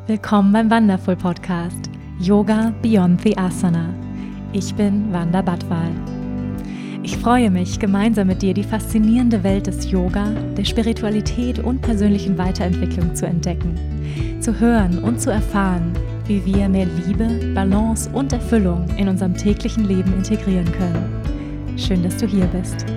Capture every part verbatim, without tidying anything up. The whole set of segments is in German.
Willkommen beim Wonderful Podcast Yoga Beyond the Asana. Ich bin Wanda Badwal. Ich freue mich, gemeinsam mit dir die faszinierende Welt des Yoga, der Spiritualität und persönlichen Weiterentwicklung zu entdecken, zu hören und zu erfahren, wie wir mehr Liebe, Balance und Erfüllung in unserem täglichen Leben integrieren können. Schön, dass du hier bist.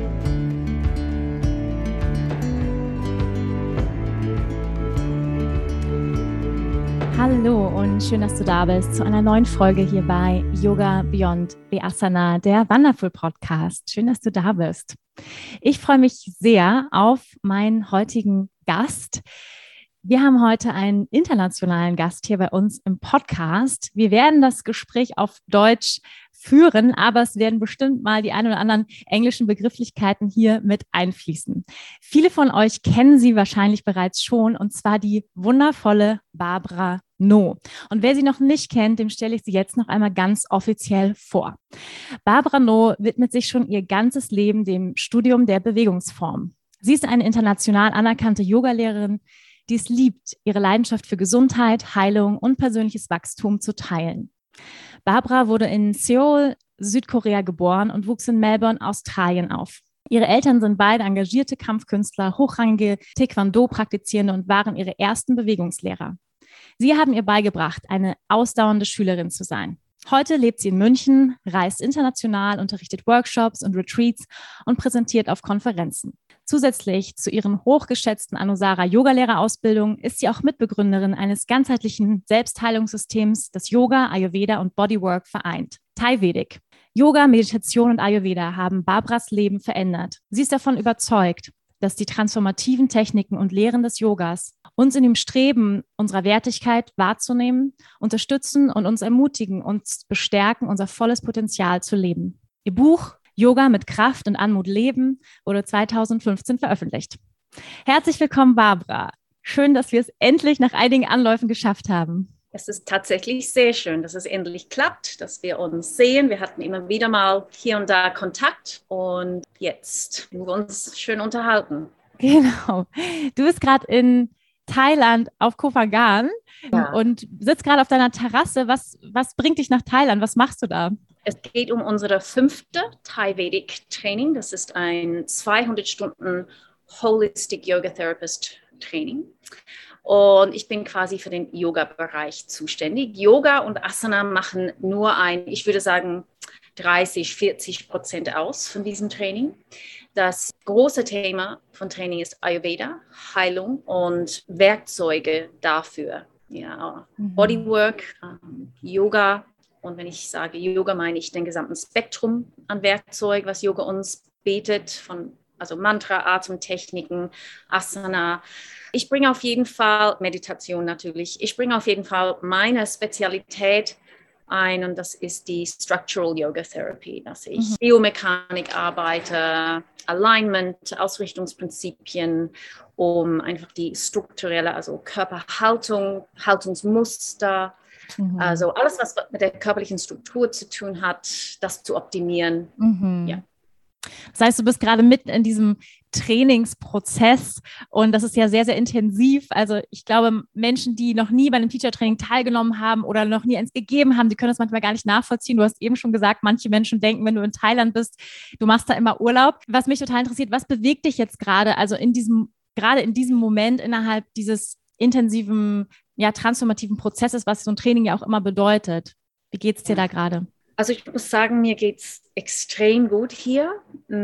Hallo und schön, dass du da bist zu einer neuen Folge hier bei Yoga Beyond the Asana, der Wonderful Podcast. Schön, dass du da bist. Ich freue mich sehr auf meinen heutigen Gast. Wir haben heute einen internationalen Gast hier bei uns im Podcast. Wir werden das Gespräch auf Deutsch führen, aber es werden bestimmt mal die ein oder anderen englischen Begrifflichkeiten hier mit einfließen. Viele von euch kennen sie wahrscheinlich bereits schon, und zwar die wundervolle Barbara No. Und wer sie noch nicht kennt, dem stelle ich sie jetzt noch einmal ganz offiziell vor. Barbara No widmet sich schon ihr ganzes Leben dem Studium der Bewegungsform. Sie ist eine international anerkannte Yogalehrerin, die es liebt, ihre Leidenschaft für Gesundheit, Heilung und persönliches Wachstum zu teilen. Barbara wurde in Seoul, Südkorea geboren und wuchs in Melbourne, Australien auf. Ihre Eltern sind beide engagierte Kampfkünstler, hochrangige Taekwondo-Praktizierende und waren ihre ersten Bewegungslehrer. Sie haben ihr beigebracht, eine ausdauernde Schülerin zu sein. Heute lebt sie in München, reist international, unterrichtet Workshops und Retreats und präsentiert auf Konferenzen. Zusätzlich zu ihren hochgeschätzten Anusara-Yogalehrerausbildungen ist sie auch Mitbegründerin eines ganzheitlichen Selbstheilungssystems, das Yoga, Ayurveda und Bodywork vereint. Thai Vedic. Yoga, Meditation und Ayurveda haben Barbaras Leben verändert. Sie ist davon überzeugt, dass die transformativen Techniken und Lehren des Yogas uns in dem Streben unserer Wertigkeit wahrzunehmen, unterstützen und uns ermutigen, uns bestärken, unser volles Potenzial zu leben. Ihr Buch Yoga mit Kraft und Anmut leben wurde zweitausendfünfzehn veröffentlicht. Herzlich willkommen, Barbara. Schön, dass wir es endlich nach einigen Anläufen geschafft haben. Es ist tatsächlich sehr schön, dass es endlich klappt, dass wir uns sehen. Wir hatten immer wieder mal hier und da Kontakt und jetzt können wir uns schön unterhalten. Genau. Du bist gerade in Thailand auf Koh Phangan Ja. und sitzt gerade auf deiner Terrasse. Was, was bringt dich nach Thailand? Was machst du da? Es geht um unsere fünfte Thai Vedic Training. Das ist ein zweihundert Stunden Holistic Yoga Therapist Training. Und ich bin quasi für den Yoga-Bereich zuständig. Yoga und Asana machen nur ein, ich würde sagen, dreißig, vierzig Prozent aus von diesem Training. Das große Thema von Training ist Ayurveda, Heilung und Werkzeuge dafür. Ja, Mhm. Bodywork, ähm, Yoga. Und wenn ich sage Yoga, meine ich den gesamten Spektrum an Werkzeug, was Yoga uns bietet, von also Mantra, Atemtechniken, Asana. Ich bringe auf jeden Fall Meditation natürlich. Ich bringe auf jeden Fall meine Spezialität ein, und das ist die Structural Yoga Therapy, dass ich mhm. Biomechanik arbeite, Alignment, Ausrichtungsprinzipien, um einfach die strukturelle, also Körperhaltung, Haltungsmuster, mhm. also alles, was mit der körperlichen Struktur zu tun hat, das zu optimieren. Mhm. Ja. Das heißt, du bist gerade mitten in diesem Trainingsprozess und das ist ja sehr, sehr intensiv. Also ich glaube, Menschen, die noch nie bei einem Teacher-Training teilgenommen haben oder noch nie eins gegeben haben, die können das manchmal gar nicht nachvollziehen. Du hast eben schon gesagt, manche Menschen denken, wenn du in Thailand bist, du machst da immer Urlaub. Was mich total interessiert, was bewegt dich jetzt gerade, also in diesem, gerade in diesem Moment innerhalb dieses intensiven, ja, transformativen Prozesses, was so ein Training ja auch immer bedeutet? Wie geht es dir da gerade? Also ich muss sagen, mir geht es extrem gut hier.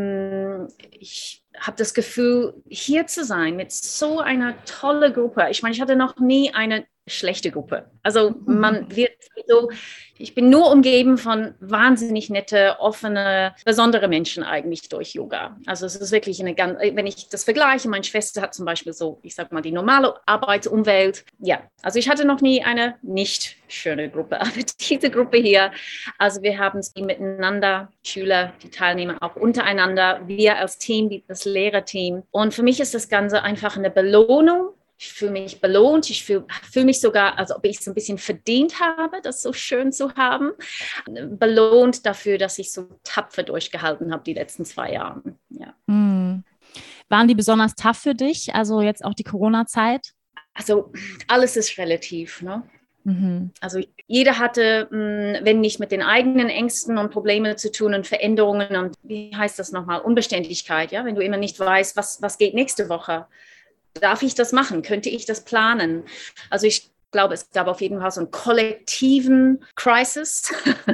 Ich habe das Gefühl, hier zu sein mit so einer tollen Gruppe. Ich meine, ich hatte noch nie eine schlechte Gruppe. Also man wird so, ich bin nur umgeben von wahnsinnig nette, offene, besondere Menschen eigentlich durch Yoga. Also es ist wirklich eine ganz, wenn ich das vergleiche, meine Schwester hat zum Beispiel so, ich sag mal, die normale Arbeitsumwelt. Ja, also ich hatte noch nie eine nicht schöne Gruppe, aber diese Gruppe hier, also wir haben es miteinander, Schüler, die Teilnehmer auch untereinander, wir als Team, das Lehrerteam. Und für mich ist das Ganze einfach eine Belohnung. Ich fühle mich belohnt, ich fühle fühl mich sogar, als ob ich es ein bisschen verdient habe, das so schön zu haben. Belohnt dafür, dass ich so tapfer durchgehalten habe die letzten zwei Jahre. Ja. Mhm. Waren die besonders tough für dich, also jetzt auch die Corona-Zeit? Also alles ist relativ, ne? Mhm. Also jeder hatte, wenn nicht mit den eigenen Ängsten und Problemen zu tun und Veränderungen und wie heißt das nochmal, Unbeständigkeit, ja, wenn du immer nicht weißt, was, was geht nächste Woche. Darf ich das machen? Könnte ich das planen? Also ich glaube, es gab auf jeden Fall so einen kollektiven Crisis.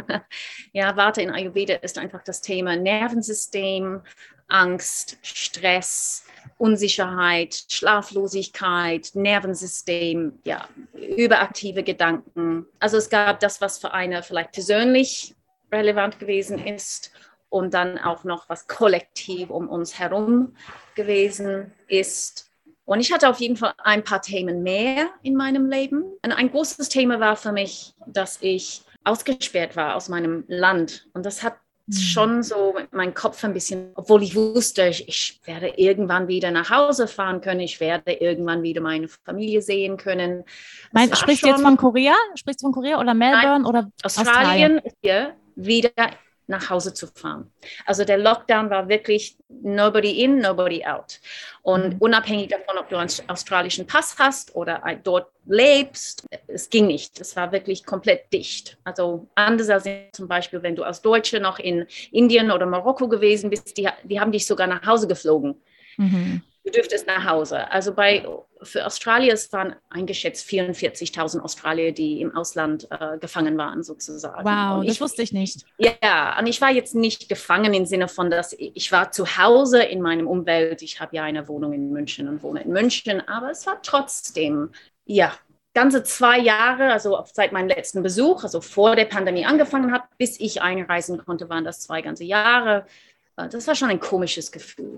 Ja, Vata in Ayurveda ist einfach das Thema Nervensystem, Angst, Stress, Unsicherheit, Schlaflosigkeit, Nervensystem, ja, überaktive Gedanken. Also es gab das, was für eine vielleicht persönlich relevant gewesen ist und dann auch noch was kollektiv um uns herum gewesen ist. Und ich hatte auf jeden Fall ein paar Themen mehr in meinem Leben. Und ein großes Thema war für mich, dass ich ausgesperrt war aus meinem Land. Und das hat schon so meinen Kopf ein bisschen, obwohl ich wusste, ich, ich werde irgendwann wieder nach Hause fahren können, ich werde irgendwann wieder meine Familie sehen können. Mein, sprichst du jetzt von Korea? Sprichst du von Korea oder Melbourne Nein, oder Australien? Australien? Hier wieder nach Hause zu fahren. Also der Lockdown war wirklich nobody in, nobody out. Und mhm. unabhängig davon, ob du einen australischen Pass hast oder dort lebst, es ging nicht. Es war wirklich komplett dicht. Also anders als zum Beispiel, wenn du als Deutsche noch in Indien oder Marokko gewesen bist, die, die haben dich sogar nach Hause geflogen. Mhm. Du dürftest nach Hause. Also bei, für Australier, es waren eingeschätzt vierundvierzigtausend Australier, die im Ausland äh, gefangen waren, sozusagen. Wow, und das ich, wusste ich nicht. Ja, und ich war jetzt nicht gefangen im Sinne von, dass ich, ich war zu Hause in meinem Umwelt. Ich habe ja eine Wohnung in München und wohne in München, aber es war trotzdem, ja, ganze zwei Jahre, also seit meinem letzten Besuch, also vor der Pandemie angefangen hat, bis ich einreisen konnte, waren das zwei ganze Jahre. Das war schon ein komisches Gefühl.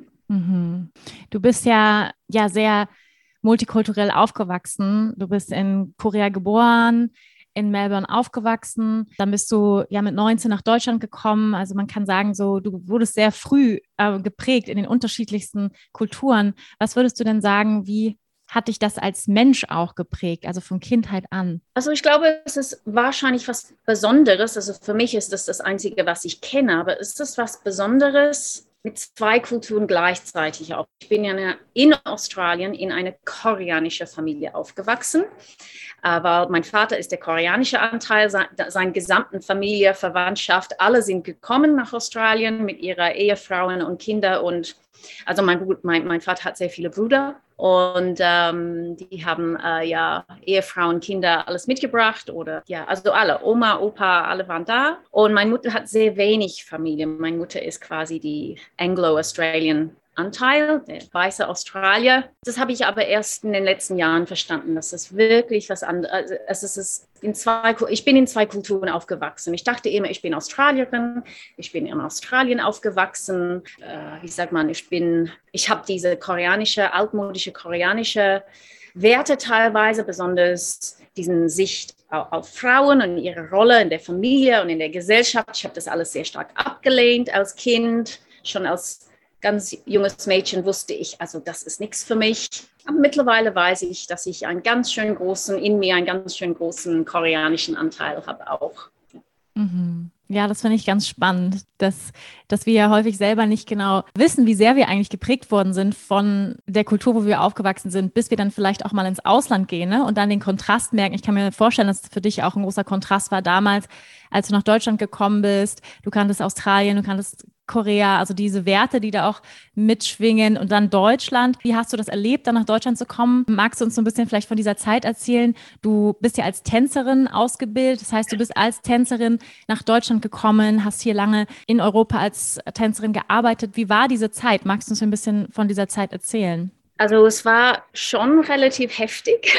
Mhm. Du bist ja, ja sehr multikulturell aufgewachsen. Du bist in Korea geboren, in Melbourne aufgewachsen. Dann bist du ja mit neunzehn nach Deutschland gekommen. Also man kann sagen, so du wurdest sehr früh äh, geprägt in den unterschiedlichsten Kulturen. Was würdest du denn sagen, wie hat dich das als Mensch auch geprägt, also von Kindheit an? Also ich glaube, es ist wahrscheinlich was Besonderes. Also für mich ist das das Einzige, was ich kenne. Aber ist das was Besonderes, mit zwei Kulturen gleichzeitig auch? Ich bin ja in Australien in eine koreanische Familie aufgewachsen, weil mein Vater ist der koreanische Anteil, seine gesamte Familie, Verwandtschaft, alle sind gekommen nach Australien mit ihrer Ehefrauen und Kinder. Und also mein, mein, mein Vater hat sehr viele Brüder. Und ähm, die haben äh, ja Ehefrauen, Kinder, alles mitgebracht oder ja, also alle, Oma, Opa, alle waren da. Und meine Mutter hat sehr wenig Familie. Meine Mutter ist quasi die Anglo-Australian Anteil, der weiße Australier. Das habe ich aber erst in den letzten Jahren verstanden, dass das wirklich was anderes ist. Also es ist in zwei, ich bin in zwei Kulturen aufgewachsen. Ich dachte immer, ich bin Australierin, ich bin in Australien aufgewachsen. Äh, wie sagt man, ich bin, ich habe diese koreanische, altmodische koreanische Werte teilweise, besonders diesen Sicht auf, auf Frauen und ihre Rolle in der Familie und in der Gesellschaft. Ich habe das alles sehr stark abgelehnt als Kind, schon als ganz junges Mädchen wusste ich, also das ist nichts für mich. Aber mittlerweile weiß ich, dass ich einen ganz schön großen, in mir einen ganz schön großen koreanischen Anteil habe auch. Mhm. Ja, das finde ich ganz spannend, dass, dass wir ja häufig selber nicht genau wissen, wie sehr wir eigentlich geprägt worden sind von der Kultur, wo wir aufgewachsen sind, bis wir dann vielleicht auch mal ins Ausland gehen, ne? Und dann den Kontrast merken. Ich kann mir vorstellen, dass es für dich auch ein großer Kontrast war damals, als du nach Deutschland gekommen bist. Du kanntest Australien, du kanntest Korea, also diese Werte, die da auch mitschwingen und dann Deutschland. Wie hast du das erlebt, dann nach Deutschland zu kommen? Magst du uns so ein bisschen vielleicht von dieser Zeit erzählen? Du bist ja als Tänzerin ausgebildet, das heißt, du bist als Tänzerin nach Deutschland gekommen, hast hier lange in Europa als Tänzerin gearbeitet. Wie war diese Zeit? Magst du uns ein bisschen von dieser Zeit erzählen? Also es war schon relativ heftig.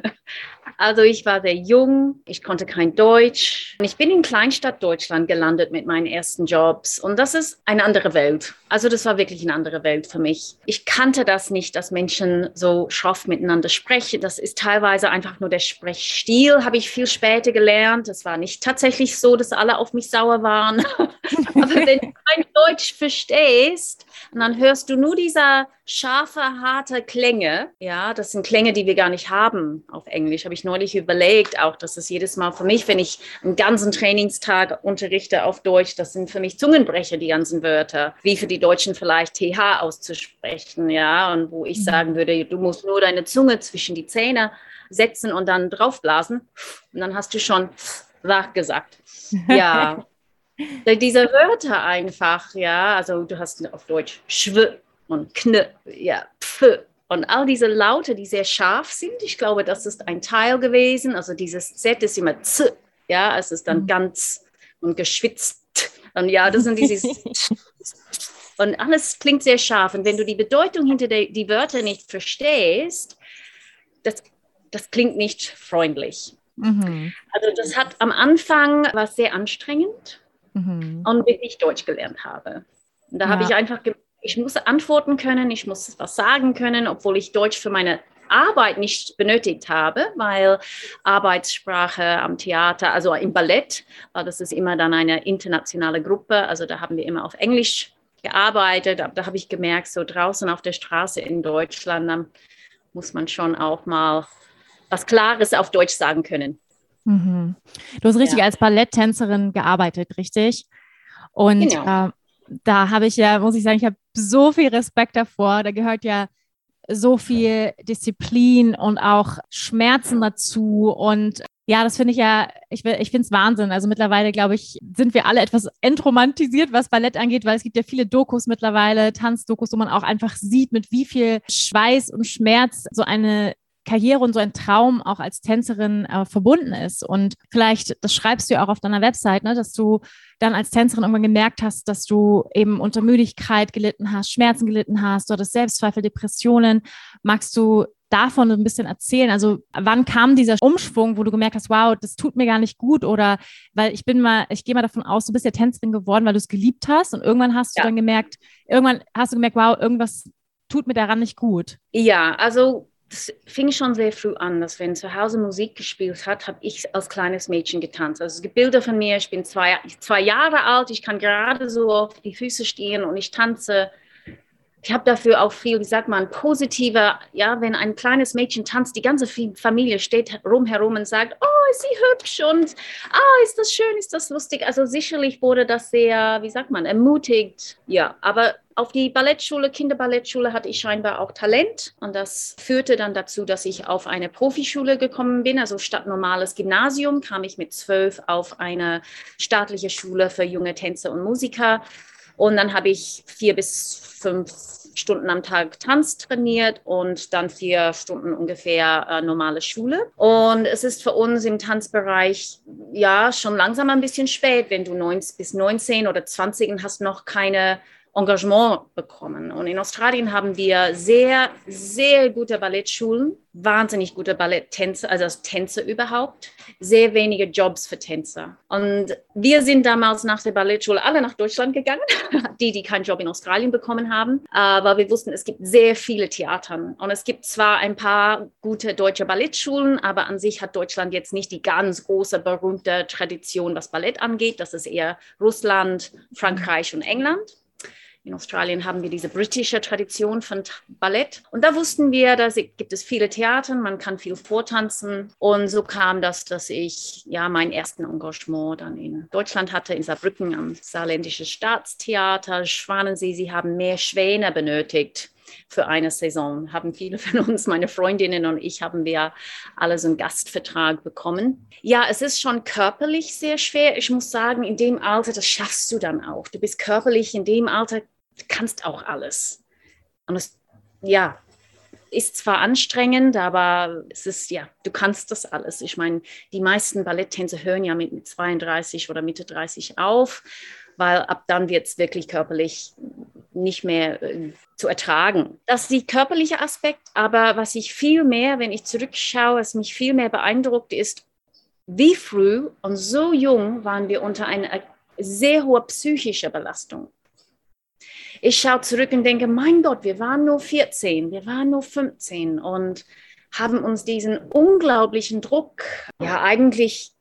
Also ich war sehr jung, ich konnte kein Deutsch. Ich bin in Kleinstadt Deutschland gelandet mit meinen ersten Jobs und das ist eine andere Welt. Also das war wirklich eine andere Welt für mich. Ich kannte das nicht, dass Menschen so schroff miteinander sprechen. Das ist teilweise einfach nur der Sprechstil, habe ich viel später gelernt. Es war nicht tatsächlich so, dass alle auf mich sauer waren. Aber wenn du kein Deutsch verstehst und dann hörst du nur dieser scharfe, harte Klänge. Ja, das sind Klänge, die wir gar nicht haben auf Englisch. Habe ich neulich überlegt, auch dass es jedes Mal für mich, wenn ich einen ganzen Trainingstag unterrichte auf Deutsch, das sind für mich Zungenbrecher, die ganzen Wörter, wie für die Deutschen vielleicht T H auszusprechen, ja, und wo ich sagen würde, du musst nur deine Zunge zwischen die Zähne setzen und dann draufblasen und dann hast du schon wach gesagt. Ja, diese Wörter einfach, ja, also du hast auf Deutsch schw und kn, ja, pf und all diese Laute, die sehr scharf sind. Ich glaube, das ist ein Teil gewesen. Also dieses Z ist immer z, ja, es ist dann ganz und geschwitzt und ja, das sind dieses und alles klingt sehr scharf und wenn du die Bedeutung hinter die, die Wörter nicht verstehst, das, das klingt nicht freundlich. Mhm. Also das hat am Anfang war sehr anstrengend. Mhm. Und bis ich Deutsch gelernt habe. Und da ja. habe ich einfach, ge- ich muss antworten können, ich muss was sagen können, obwohl ich Deutsch für meine Arbeit nicht benötigt habe, weil Arbeitssprache am Theater, also im Ballett, das ist immer dann eine internationale Gruppe, also da haben wir immer auf Englisch gearbeitet, aber da habe ich gemerkt, so draußen auf der Straße in Deutschland, da muss man schon auch mal was Klares auf Deutsch sagen können. Mhm. Du hast richtig ja. als Balletttänzerin gearbeitet, richtig? Und genau. äh, da habe ich ja, muss ich sagen, ich habe so viel Respekt davor. Da gehört ja so viel Disziplin und auch Schmerzen dazu. Und ja, das finde ich ja, ich, ich finde es Wahnsinn. Also mittlerweile, glaube ich, sind wir alle etwas entromantisiert, was Ballett angeht, weil es gibt ja viele Dokus mittlerweile, Tanzdokus, wo man auch einfach sieht, mit wie viel Schweiß und Schmerz so eine Karriere und so ein Traum auch als Tänzerin äh, verbunden ist. Und vielleicht, das schreibst du ja auch auf deiner Website, ne, dass du dann als Tänzerin irgendwann gemerkt hast, dass du eben unter Müdigkeit gelitten hast, Schmerzen gelitten hast, du hattest Selbstzweifel, Depressionen. Magst du davon ein bisschen erzählen? Also wann kam dieser Umschwung, wo du gemerkt hast, wow, das tut mir gar nicht gut? Oder weil ich bin mal, ich gehe mal davon aus, du bist ja Tänzerin geworden, weil du es geliebt hast und irgendwann hast du ja. dann gemerkt, irgendwann hast du gemerkt, wow, irgendwas tut mir daran nicht gut. Ja, also das fing schon sehr früh an, dass wenn zu Hause Musik gespielt hat, habe ich als kleines Mädchen getanzt. Also es gibt Bilder von mir, ich bin zwei, zwei Jahre alt, ich kann gerade so auf die Füße stehen und ich tanze. Ich habe dafür auch viel, wie sagt man, positiver, ja, wenn ein kleines Mädchen tanzt, die ganze Familie steht rumherum und sagt, oh, ist sie hübsch und ah, ist das schön, ist das lustig. Also sicherlich wurde das sehr, wie sagt man, ermutigt. Ja, aber auf die Ballettschule, Kinderballettschule hatte ich scheinbar auch Talent und das führte dann dazu, dass ich auf eine Profischule gekommen bin. Also statt normales Gymnasium kam ich mit zwölf auf eine staatliche Schule für junge Tänzer und Musiker. Und dann habe ich vier bis fünf Stunden am Tag Tanz trainiert und dann vier Stunden ungefähr äh, normale Schule. Und es ist für uns im Tanzbereich ja schon langsam ein bisschen spät, wenn du neunzehn bis neunzehn oder zwanzig und hast noch keine Engagement bekommen. Und in Australien haben wir sehr, sehr gute Ballettschulen, wahnsinnig gute Balletttänzer, also Tänzer überhaupt, sehr wenige Jobs für Tänzer. Und wir sind damals nach der Ballettschule alle nach Deutschland gegangen, die, die keinen Job in Australien bekommen haben, aber wir wussten, es gibt sehr viele Theater und es gibt zwar ein paar gute deutsche Ballettschulen, aber an sich hat Deutschland jetzt nicht die ganz große, berühmte Tradition, was Ballett angeht. Das ist eher Russland, Frankreich und England. In Australien haben wir diese britische Tradition von Ballett. Und da wussten wir, da gibt es viele Theater, man kann viel vortanzen. Und so kam das, dass ich ja meinen ersten Engagement dann in Deutschland hatte, in Saarbrücken am Saarländischen Staatstheater, Schwanensee. Sie haben mehr Schwäne benötigt für eine Saison. Haben viele von uns, meine Freundinnen und ich, haben wir alle so einen Gastvertrag bekommen. Ja, es ist schon körperlich sehr schwer. Ich muss sagen, in dem Alter, das schaffst du dann auch. Du bist körperlich in dem Alter, du kannst auch alles. Und es, ja, ist zwar anstrengend, aber es ist, ja, du kannst das alles. Ich meine, die meisten Balletttänzer hören ja mit, mit zweiunddreißig oder Mitte dreißig auf, weil ab dann wird es wirklich körperlich nicht mehr äh, zu ertragen. Das ist der körperliche Aspekt, aber was ich viel mehr, wenn ich zurückschaue, was mich viel mehr beeindruckt, ist, wie früh und so jung waren wir unter einer sehr hohen psychischen Belastung. Ich schaue zurück und denke, mein Gott, wir waren nur vierzehn, wir waren nur fünfzehn und haben uns diesen unglaublichen Druck ja eigentlich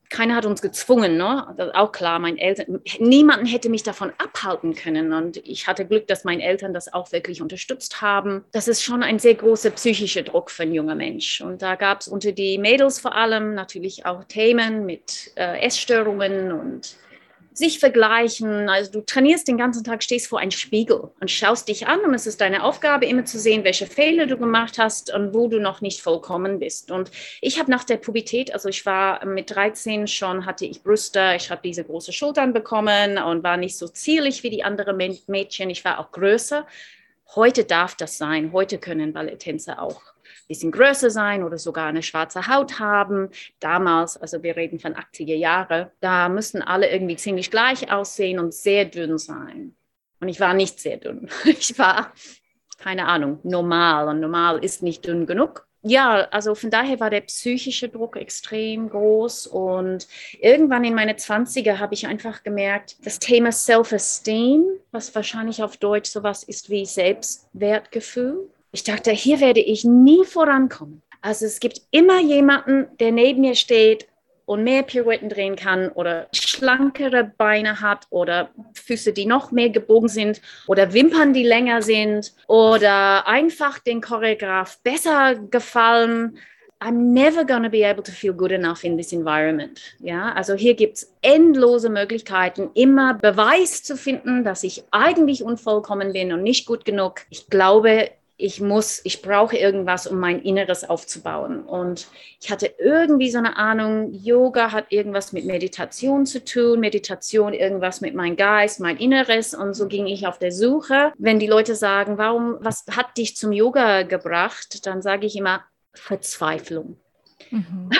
keiner hat uns gezwungen, ne? Das ist auch klar, meine Eltern, niemanden hätte mich davon abhalten können und ich hatte Glück, dass meine Eltern das auch wirklich unterstützt haben. Das ist schon ein sehr großer psychischer Druck für einen jungen Mensch und da gab es unter die Mädels vor allem natürlich auch Themen mit äh, Essstörungen und sich vergleichen. Also du trainierst den ganzen Tag, stehst vor einem Spiegel und schaust dich an und es ist deine Aufgabe, immer zu sehen, welche Fehler du gemacht hast und wo du noch nicht vollkommen bist. Und ich habe nach der Pubertät, also ich war mit dreizehn schon, hatte ich Brüste, ich habe diese großen Schultern bekommen und war nicht so zierlich wie die anderen Mädchen. Ich war auch größer. Heute darf das sein. Heute können Balletttänzer auch ein bisschen größer sein oder sogar eine schwarze Haut haben. Damals, also wir reden von achtziger Jahre, da müssen alle irgendwie ziemlich gleich aussehen und sehr dünn sein. Und ich war nicht sehr dünn. Ich war, keine Ahnung, normal und normal ist nicht dünn genug. Ja, also von daher war der psychische Druck extrem groß und irgendwann in meine Zwanziger habe ich einfach gemerkt, das Thema Self-Esteem, was wahrscheinlich auf Deutsch sowas ist wie Selbstwertgefühl. Ich dachte, hier werde ich nie vorankommen. Also es gibt immer jemanden, der neben mir steht und mehr Pirouetten drehen kann oder schlankere Beine hat oder Füße, die noch mehr gebogen sind oder Wimpern, die länger sind oder einfach den Choreograf besser gefallen. I'm never gonna be able to feel good enough in this environment. Ja, also hier gibt es endlose Möglichkeiten, immer Beweis zu finden, dass ich eigentlich unvollkommen bin und nicht gut genug. Ich glaube, ich muss, ich brauche irgendwas, um mein Inneres aufzubauen. Und ich hatte irgendwie so eine Ahnung, Yoga hat irgendwas mit Meditation zu tun, Meditation irgendwas mit meinem Geist, mein Inneres. Und so ging ich auf der Suche. Wenn die Leute sagen, warum, was hat dich zum Yoga gebracht, dann sage ich immer Verzweiflung. Mhm.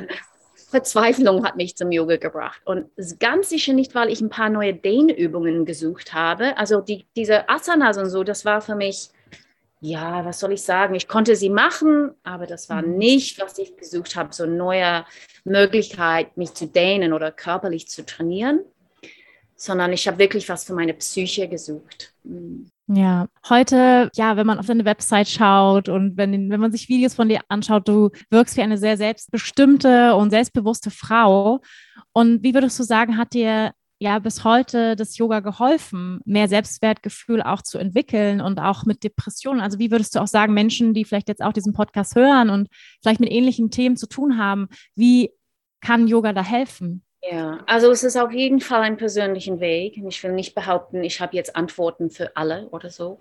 Verzweiflung hat mich zum Yoga gebracht. Und ganz sicher nicht, weil ich ein paar neue Dehnübungen gesucht habe. Also die, diese Asanas und so, das war für mich, ja, was soll ich sagen? Ich konnte sie machen, aber das war nicht, was ich gesucht habe, so eine neue Möglichkeit, mich zu dehnen oder körperlich zu trainieren, sondern ich habe wirklich was für meine Psyche gesucht. Ja, heute, ja, wenn man auf deine Website schaut und wenn, wenn man sich Videos von dir anschaut, du wirkst wie eine sehr selbstbestimmte und selbstbewusste Frau. Und wie würdest du sagen, hat dir ja bis heute das Yoga geholfen, mehr Selbstwertgefühl auch zu entwickeln und auch mit Depressionen? Also wie würdest du auch sagen, Menschen, die vielleicht jetzt auch diesen Podcast hören und vielleicht mit ähnlichen Themen zu tun haben, wie kann Yoga da helfen? Ja, also es ist auf jeden Fall ein persönlicher Weg. Ich will nicht behaupten, ich habe jetzt Antworten für alle oder so.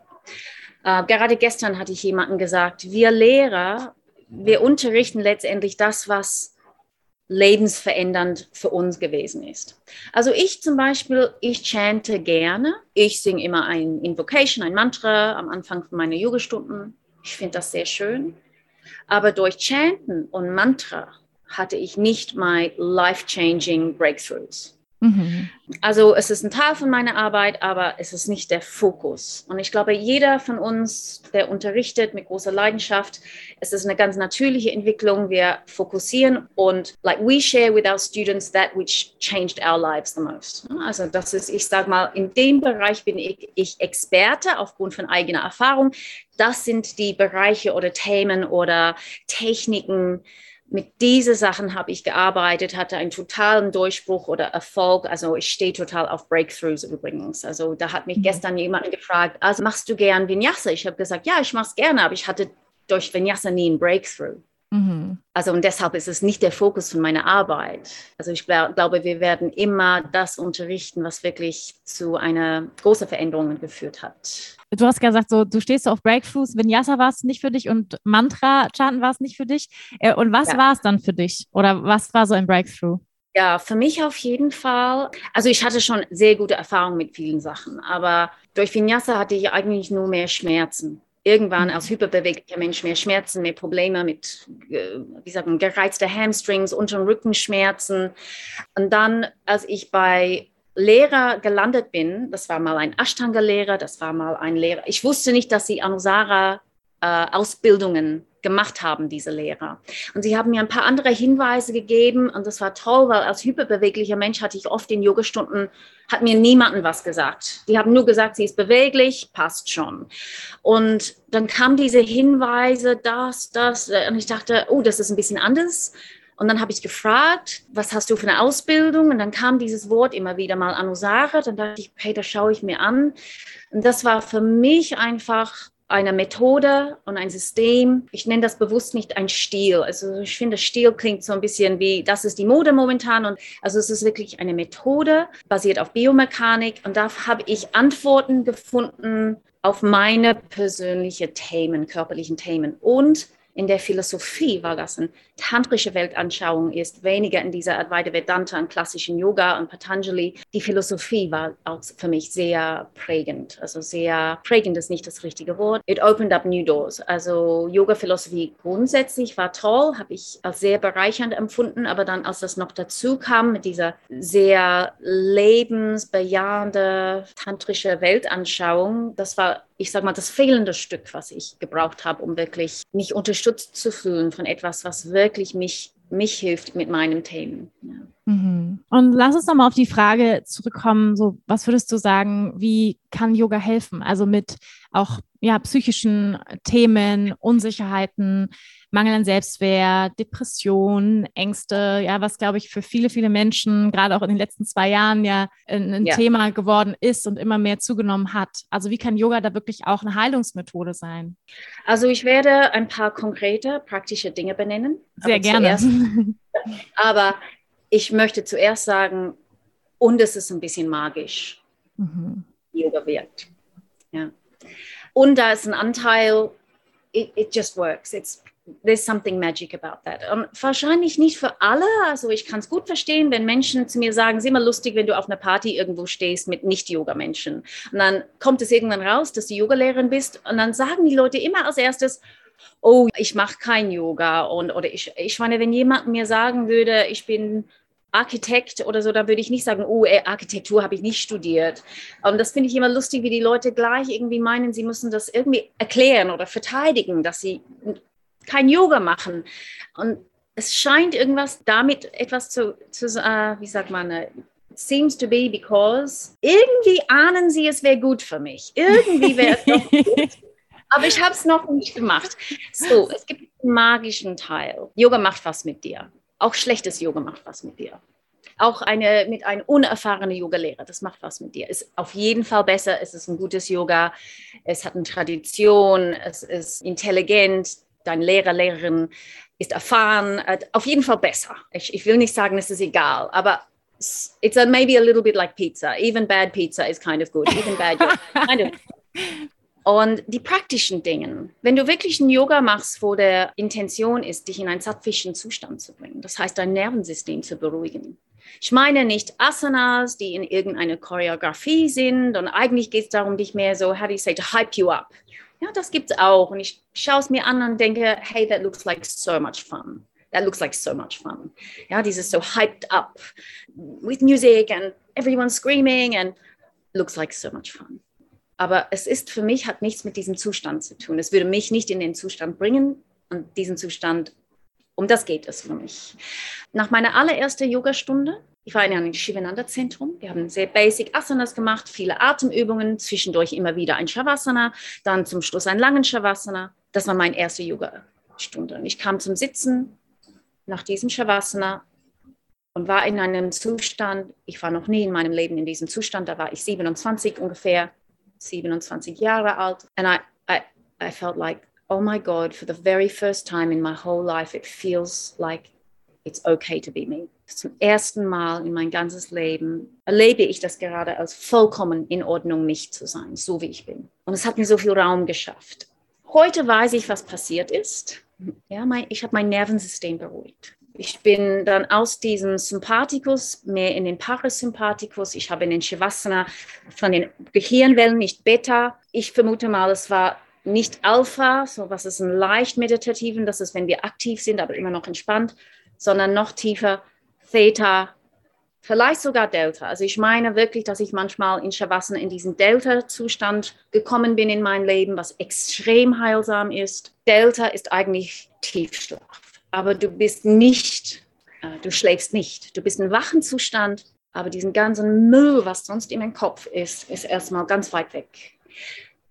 Äh, gerade gestern hatte ich jemandem gesagt, wir Lehrer, wir unterrichten letztendlich das, was lebensverändernd für uns gewesen ist. Also ich zum Beispiel, ich chante gerne. Ich singe immer ein Invocation, ein Mantra am Anfang von meiner Yogastunden. Ich finde das sehr schön. Aber durch Chanten und Mantra hatte ich nicht my life-changing breakthroughs. Mhm. Also es ist ein Teil von meiner Arbeit, aber es ist nicht der Fokus. Und ich glaube, jeder von uns, der unterrichtet mit großer Leidenschaft, es ist eine ganz natürliche Entwicklung. Wir fokussieren und like we share with our students that which changed our lives the most. Also das ist, ich sage mal, in dem Bereich bin ich, ich Experte aufgrund von eigener Erfahrung. Das sind die Bereiche oder Themen oder Techniken. Mit diesen Sachen habe ich gearbeitet, hatte einen totalen Durchbruch oder Erfolg. Also ich stehe total auf Breakthroughs übrigens. Also da hat mich mhm. gestern jemand gefragt, also machst du gern Vinyasa? Ich habe gesagt, ja, ich mache es gerne, aber ich hatte durch Vinyasa nie einen Breakthrough. Mhm. Also und deshalb ist es nicht der Fokus von meiner Arbeit. Also ich glaub, glaube, wir werden immer das unterrichten, was wirklich zu einer großen Veränderung geführt hat. Du hast gesagt, so, du stehst so auf Breakthroughs, Vinyasa war es nicht für dich und Mantra-Chanten war es nicht für dich. Und was ja. war es dann für dich? Oder was war so ein Breakthrough? Ja, für mich auf jeden Fall. Also ich hatte schon sehr gute Erfahrungen mit vielen Sachen, aber durch Vinyasa hatte ich eigentlich nur mehr Schmerzen. Irgendwann als hyperbeweglicher Mensch mehr Schmerzen, mehr Probleme mit, wie sagt man, gereizte Hamstrings, Unter- und Rückenschmerzen. Und dann, als ich bei Lehrer gelandet bin, das war mal ein Ashtanga-Lehrer, das war mal ein Lehrer. Ich wusste nicht, dass sie Anusara äh, Ausbildungen gemacht haben, diese Lehrer. Und sie haben mir ein paar andere Hinweise gegeben und das war toll, weil als hyperbeweglicher Mensch hatte ich oft in Yogastunden, hat mir niemanden was gesagt. Die haben nur gesagt, sie ist beweglich, passt schon. Und dann kamen diese Hinweise, das, das, und ich dachte, oh, das ist ein bisschen anders. Und dann habe ich gefragt, was hast du für eine Ausbildung? Und dann kam dieses Wort immer wieder mal, Anusara. Dann dachte ich, hey, das schaue ich mir an. Und das war für mich einfach eine Methode und ein System. Ich nenne das bewusst nicht ein Stil. Also ich finde, Stil klingt so ein bisschen wie, das ist die Mode momentan. Und also es ist wirklich eine Methode, basiert auf Biomechanik. Und da habe ich Antworten gefunden auf meine persönlichen Themen, körperlichen Themen. Und in der Philosophie, weil das eine tantrische Weltanschauung ist, weniger in dieser Advaita Vedanta und klassischen Yoga und Patanjali. Die Philosophie war auch für mich sehr prägend. Also sehr prägend ist nicht das richtige Wort. It opened up new doors. Also Yoga-Philosophie grundsätzlich war toll, habe ich als sehr bereichernd empfunden, aber dann, als das noch dazu kam, mit dieser sehr lebensbejahende tantrische Weltanschauung, das war, ich sage mal, das fehlende Stück, was ich gebraucht habe, um wirklich mich unterstützt zu fühlen von etwas, was wirklich mich, mich hilft mit meinen Themen. Ja. Mhm. Und lass uns nochmal auf die Frage zurückkommen, so, was würdest du sagen, wie kann Yoga helfen? Also mit auch ja, psychischen Themen, Unsicherheiten, Mangel an Selbstwert, Depression, Ängste, ja, was, glaube ich, für viele, viele Menschen gerade auch in den letzten zwei Jahren ja ein, ein Ja. Thema geworden ist und immer mehr zugenommen hat. Also wie kann Yoga da wirklich auch eine Heilungsmethode sein? Also ich werde ein paar konkrete, praktische Dinge benennen. Sehr aber gerne. Zuerst, aber ich möchte zuerst sagen, und es ist ein bisschen magisch, Mhm. Yoga wirkt. Ja. Und da ist ein Anteil, it, it just works. It's, there's something magic about that. Und wahrscheinlich nicht für alle. Also ich kann es gut verstehen, wenn Menschen zu mir sagen, es ist immer lustig, wenn du auf einer Party irgendwo stehst mit Nicht-Yoga-Menschen. Und dann kommt es irgendwann raus, dass du Yogalehrerin bist. Und dann sagen die Leute immer als erstes, oh, ich mache kein Yoga. Und, oder ich, ich meine, wenn jemand mir sagen würde, ich bin Architekt oder so, da würde ich nicht sagen, oh, Architektur habe ich nicht studiert. Und das finde ich immer lustig, wie die Leute gleich irgendwie meinen, sie müssen das irgendwie erklären oder verteidigen, dass sie kein Yoga machen. Und es scheint irgendwas damit etwas zu, zu uh, wie sagt man, uh, seems to be because irgendwie ahnen sie, es wäre gut für mich. Irgendwie wäre es doch gut. Aber ich habe es noch nicht gemacht. So, es gibt einen magischen Teil. Yoga macht was mit dir. Auch schlechtes Yoga macht was mit dir. Auch eine, mit einem unerfahrenen Yogalehrer, das macht was mit dir. Ist auf jeden Fall besser, es ist ein gutes Yoga, es hat eine Tradition, es ist intelligent, dein Lehrer, Lehrerin ist erfahren, auf jeden Fall besser. Ich, ich will nicht sagen, es ist egal, aber it's a, maybe a little bit like pizza. Even bad pizza is kind of good. Even bad yoga, kind of. Und die praktischen Dinge, wenn du wirklich ein Yoga machst, wo der Intention ist, dich in einen sattvischen Zustand zu bringen, das heißt, dein Nervensystem zu beruhigen. Ich meine nicht Asanas, die in irgendeiner Choreografie sind und eigentlich geht es darum, dich mehr so, how do you say, to hype you up. Ja, das gibt es auch und ich schaue es mir an und denke, hey, that looks like so much fun. That looks like so much fun. Ja, dieses so hyped up with music and everyone screaming and looks like so much fun. Aber es ist für mich, hat nichts mit diesem Zustand zu tun. Es würde mich nicht in den Zustand bringen und diesen Zustand, um das geht es für mich. Nach meiner allerersten Yogastunde, ich war in einem Shivananda-Zentrum, wir haben sehr basic Asanas gemacht, viele Atemübungen, zwischendurch immer wieder ein Shavasana, dann zum Schluss einen langen Shavasana. Das war meine erste Yogastunde. Und ich kam zum Sitzen nach diesem Shavasana und war in einem Zustand, ich war noch nie in meinem Leben in diesem Zustand, da war ich siebenundzwanzig ungefähr, siebenundzwanzig Jahre alt. And I, I, I felt like, oh my God, for the very first time in my whole life, it feels like it's okay to be me. Zum ersten Mal in mein ganzes Leben erlebe ich das gerade als vollkommen in Ordnung, mich zu sein, so wie ich bin. Und es hat mir so viel Raum geschafft. Heute weiß ich, was passiert ist. Ja, mein, ich habe mein Nervensystem beruhigt. Ich bin dann aus diesem Sympathikus mehr in den Parasympathikus. Ich habe in den Shavasana von den Gehirnwellen nicht Beta. Ich vermute mal, es war nicht Alpha, so was ist ein leicht meditativen, das ist, wenn wir aktiv sind, aber immer noch entspannt, sondern noch tiefer Theta, vielleicht sogar Delta. Also ich meine wirklich, dass ich manchmal in Shavasana in diesen Delta-Zustand gekommen bin in mein Leben, was extrem heilsam ist. Delta ist eigentlich Tiefschlaf. Aber du bist nicht, äh, du schläfst nicht. Du bist in wachen Zustand, aber diesen ganzen Müll, was sonst in meinem Kopf ist, ist erstmal ganz weit weg.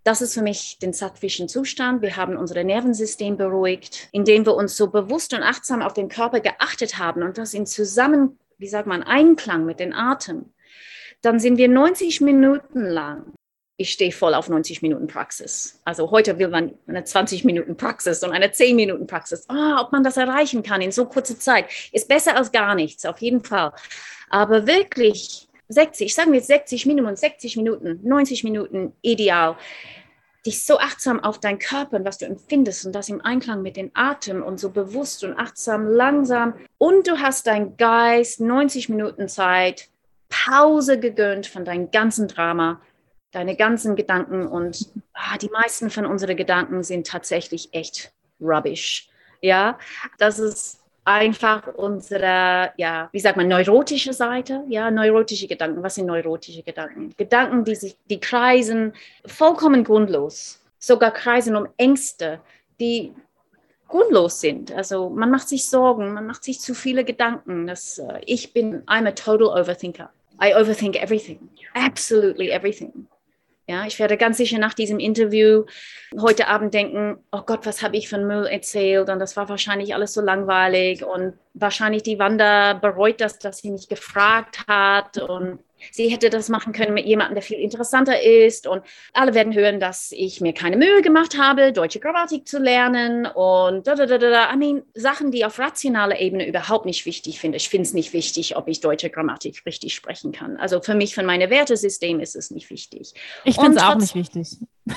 Das ist für mich den sattvischen Zustand. Wir haben unser Nervensystem beruhigt, indem wir uns so bewusst und achtsam auf den Körper geachtet haben und das in zusammen, wie sagt man, Einklang mit dem Atem. Dann sind wir neunzig Minuten lang. Ich stehe voll auf neunzig Minuten Praxis. Also heute will man eine zwanzig Minuten Praxis und eine zehn Minuten Praxis. Oh, ob man das erreichen kann in so kurzer Zeit, ist besser als gar nichts, auf jeden Fall. Aber wirklich sechzig, ich sage jetzt sechzig Minimum, sechzig Minuten, neunzig Minuten ideal. Dich so achtsam auf deinen Körper und was du empfindest und das im Einklang mit dem Atem und so bewusst und achtsam, langsam. Und du hast deinen Geist neunzig Minuten Zeit, Pause gegönnt von deinem ganzen Drama, deine ganzen Gedanken und ah, die meisten von unseren Gedanken sind tatsächlich echt rubbish. Ja, das ist einfach unsere, ja, wie sagt man, neurotische Seite. Ja, neurotische Gedanken. Was sind neurotische Gedanken? Gedanken, die sich, die kreisen vollkommen grundlos. Sogar kreisen um Ängste, die grundlos sind. Also man macht sich Sorgen, man macht sich zu viele Gedanken. Das, uh, ich bin, I'm a total overthinker. I overthink everything. Absolutely everything. Ja, ich werde ganz sicher nach diesem Interview heute Abend denken, oh Gott, was habe ich für Müll erzählt und das war wahrscheinlich alles so langweilig und wahrscheinlich die Wanda bereut das, dass sie mich gefragt hat und sie hätte das machen können mit jemandem, der viel interessanter ist und alle werden hören, dass ich mir keine Mühe gemacht habe, deutsche Grammatik zu lernen und da, da, da, da. I mean, Sachen, die auf rationaler Ebene überhaupt nicht wichtig finde. Ich finde es nicht wichtig, ob ich deutsche Grammatik richtig sprechen kann. Also für mich, für meine Wertesystem ist es nicht wichtig. Ich finde es auch nicht wichtig.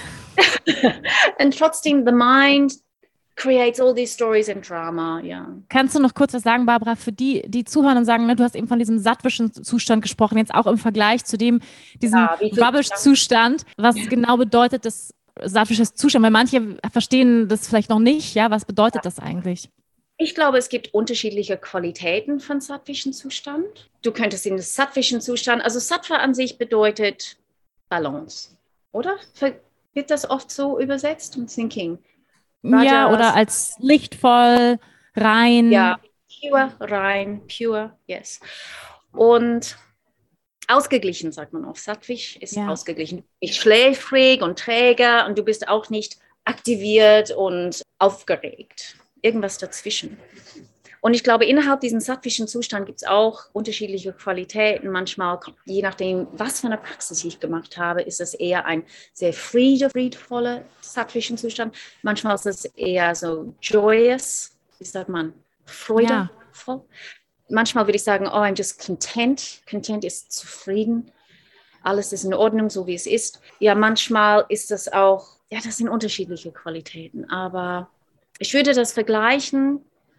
Und trotzdem, the mind creates all these stories and drama, ja. Kannst du noch kurz was sagen, Barbara, für die, die zuhören und sagen, ne, du hast eben von diesem sattvischen Zustand gesprochen, jetzt auch im Vergleich zu dem, diesem ja, Rubbish-Zustand. Was ja. genau bedeutet das sattwische Zustand? Weil manche verstehen das vielleicht noch nicht, ja, was bedeutet ja. das eigentlich? Ich glaube, es gibt unterschiedliche Qualitäten von sattvischen Zustand. Du könntest in den sattvischen Zustand, also Sattva an sich bedeutet Balance, oder? Wird das oft so übersetzt? Und Thinking. Rajas. Ja, oder als lichtvoll, rein. Ja, pure, rein, pure, yes. Und ausgeglichen, sagt man auch. Sattvisch ist ja. ausgeglichen. Nicht schläfrig und träge und du bist auch nicht aktiviert und aufgeregt. Irgendwas dazwischen. Und ich glaube, innerhalb diesem sattvischen Zustand gibt es auch unterschiedliche Qualitäten. Manchmal, je nachdem, was für eine Praxis ich gemacht habe, ist es eher ein sehr friede, friedvoller sattwischen Zustand. Manchmal ist es eher so joyous, wie sagt man, freudevoll. Ja. Manchmal würde ich sagen, oh, I'm just content. Content ist zufrieden. Alles ist in Ordnung, so wie es ist. Ja, manchmal ist das auch, ja, das sind unterschiedliche Qualitäten. Aber ich würde das vergleichen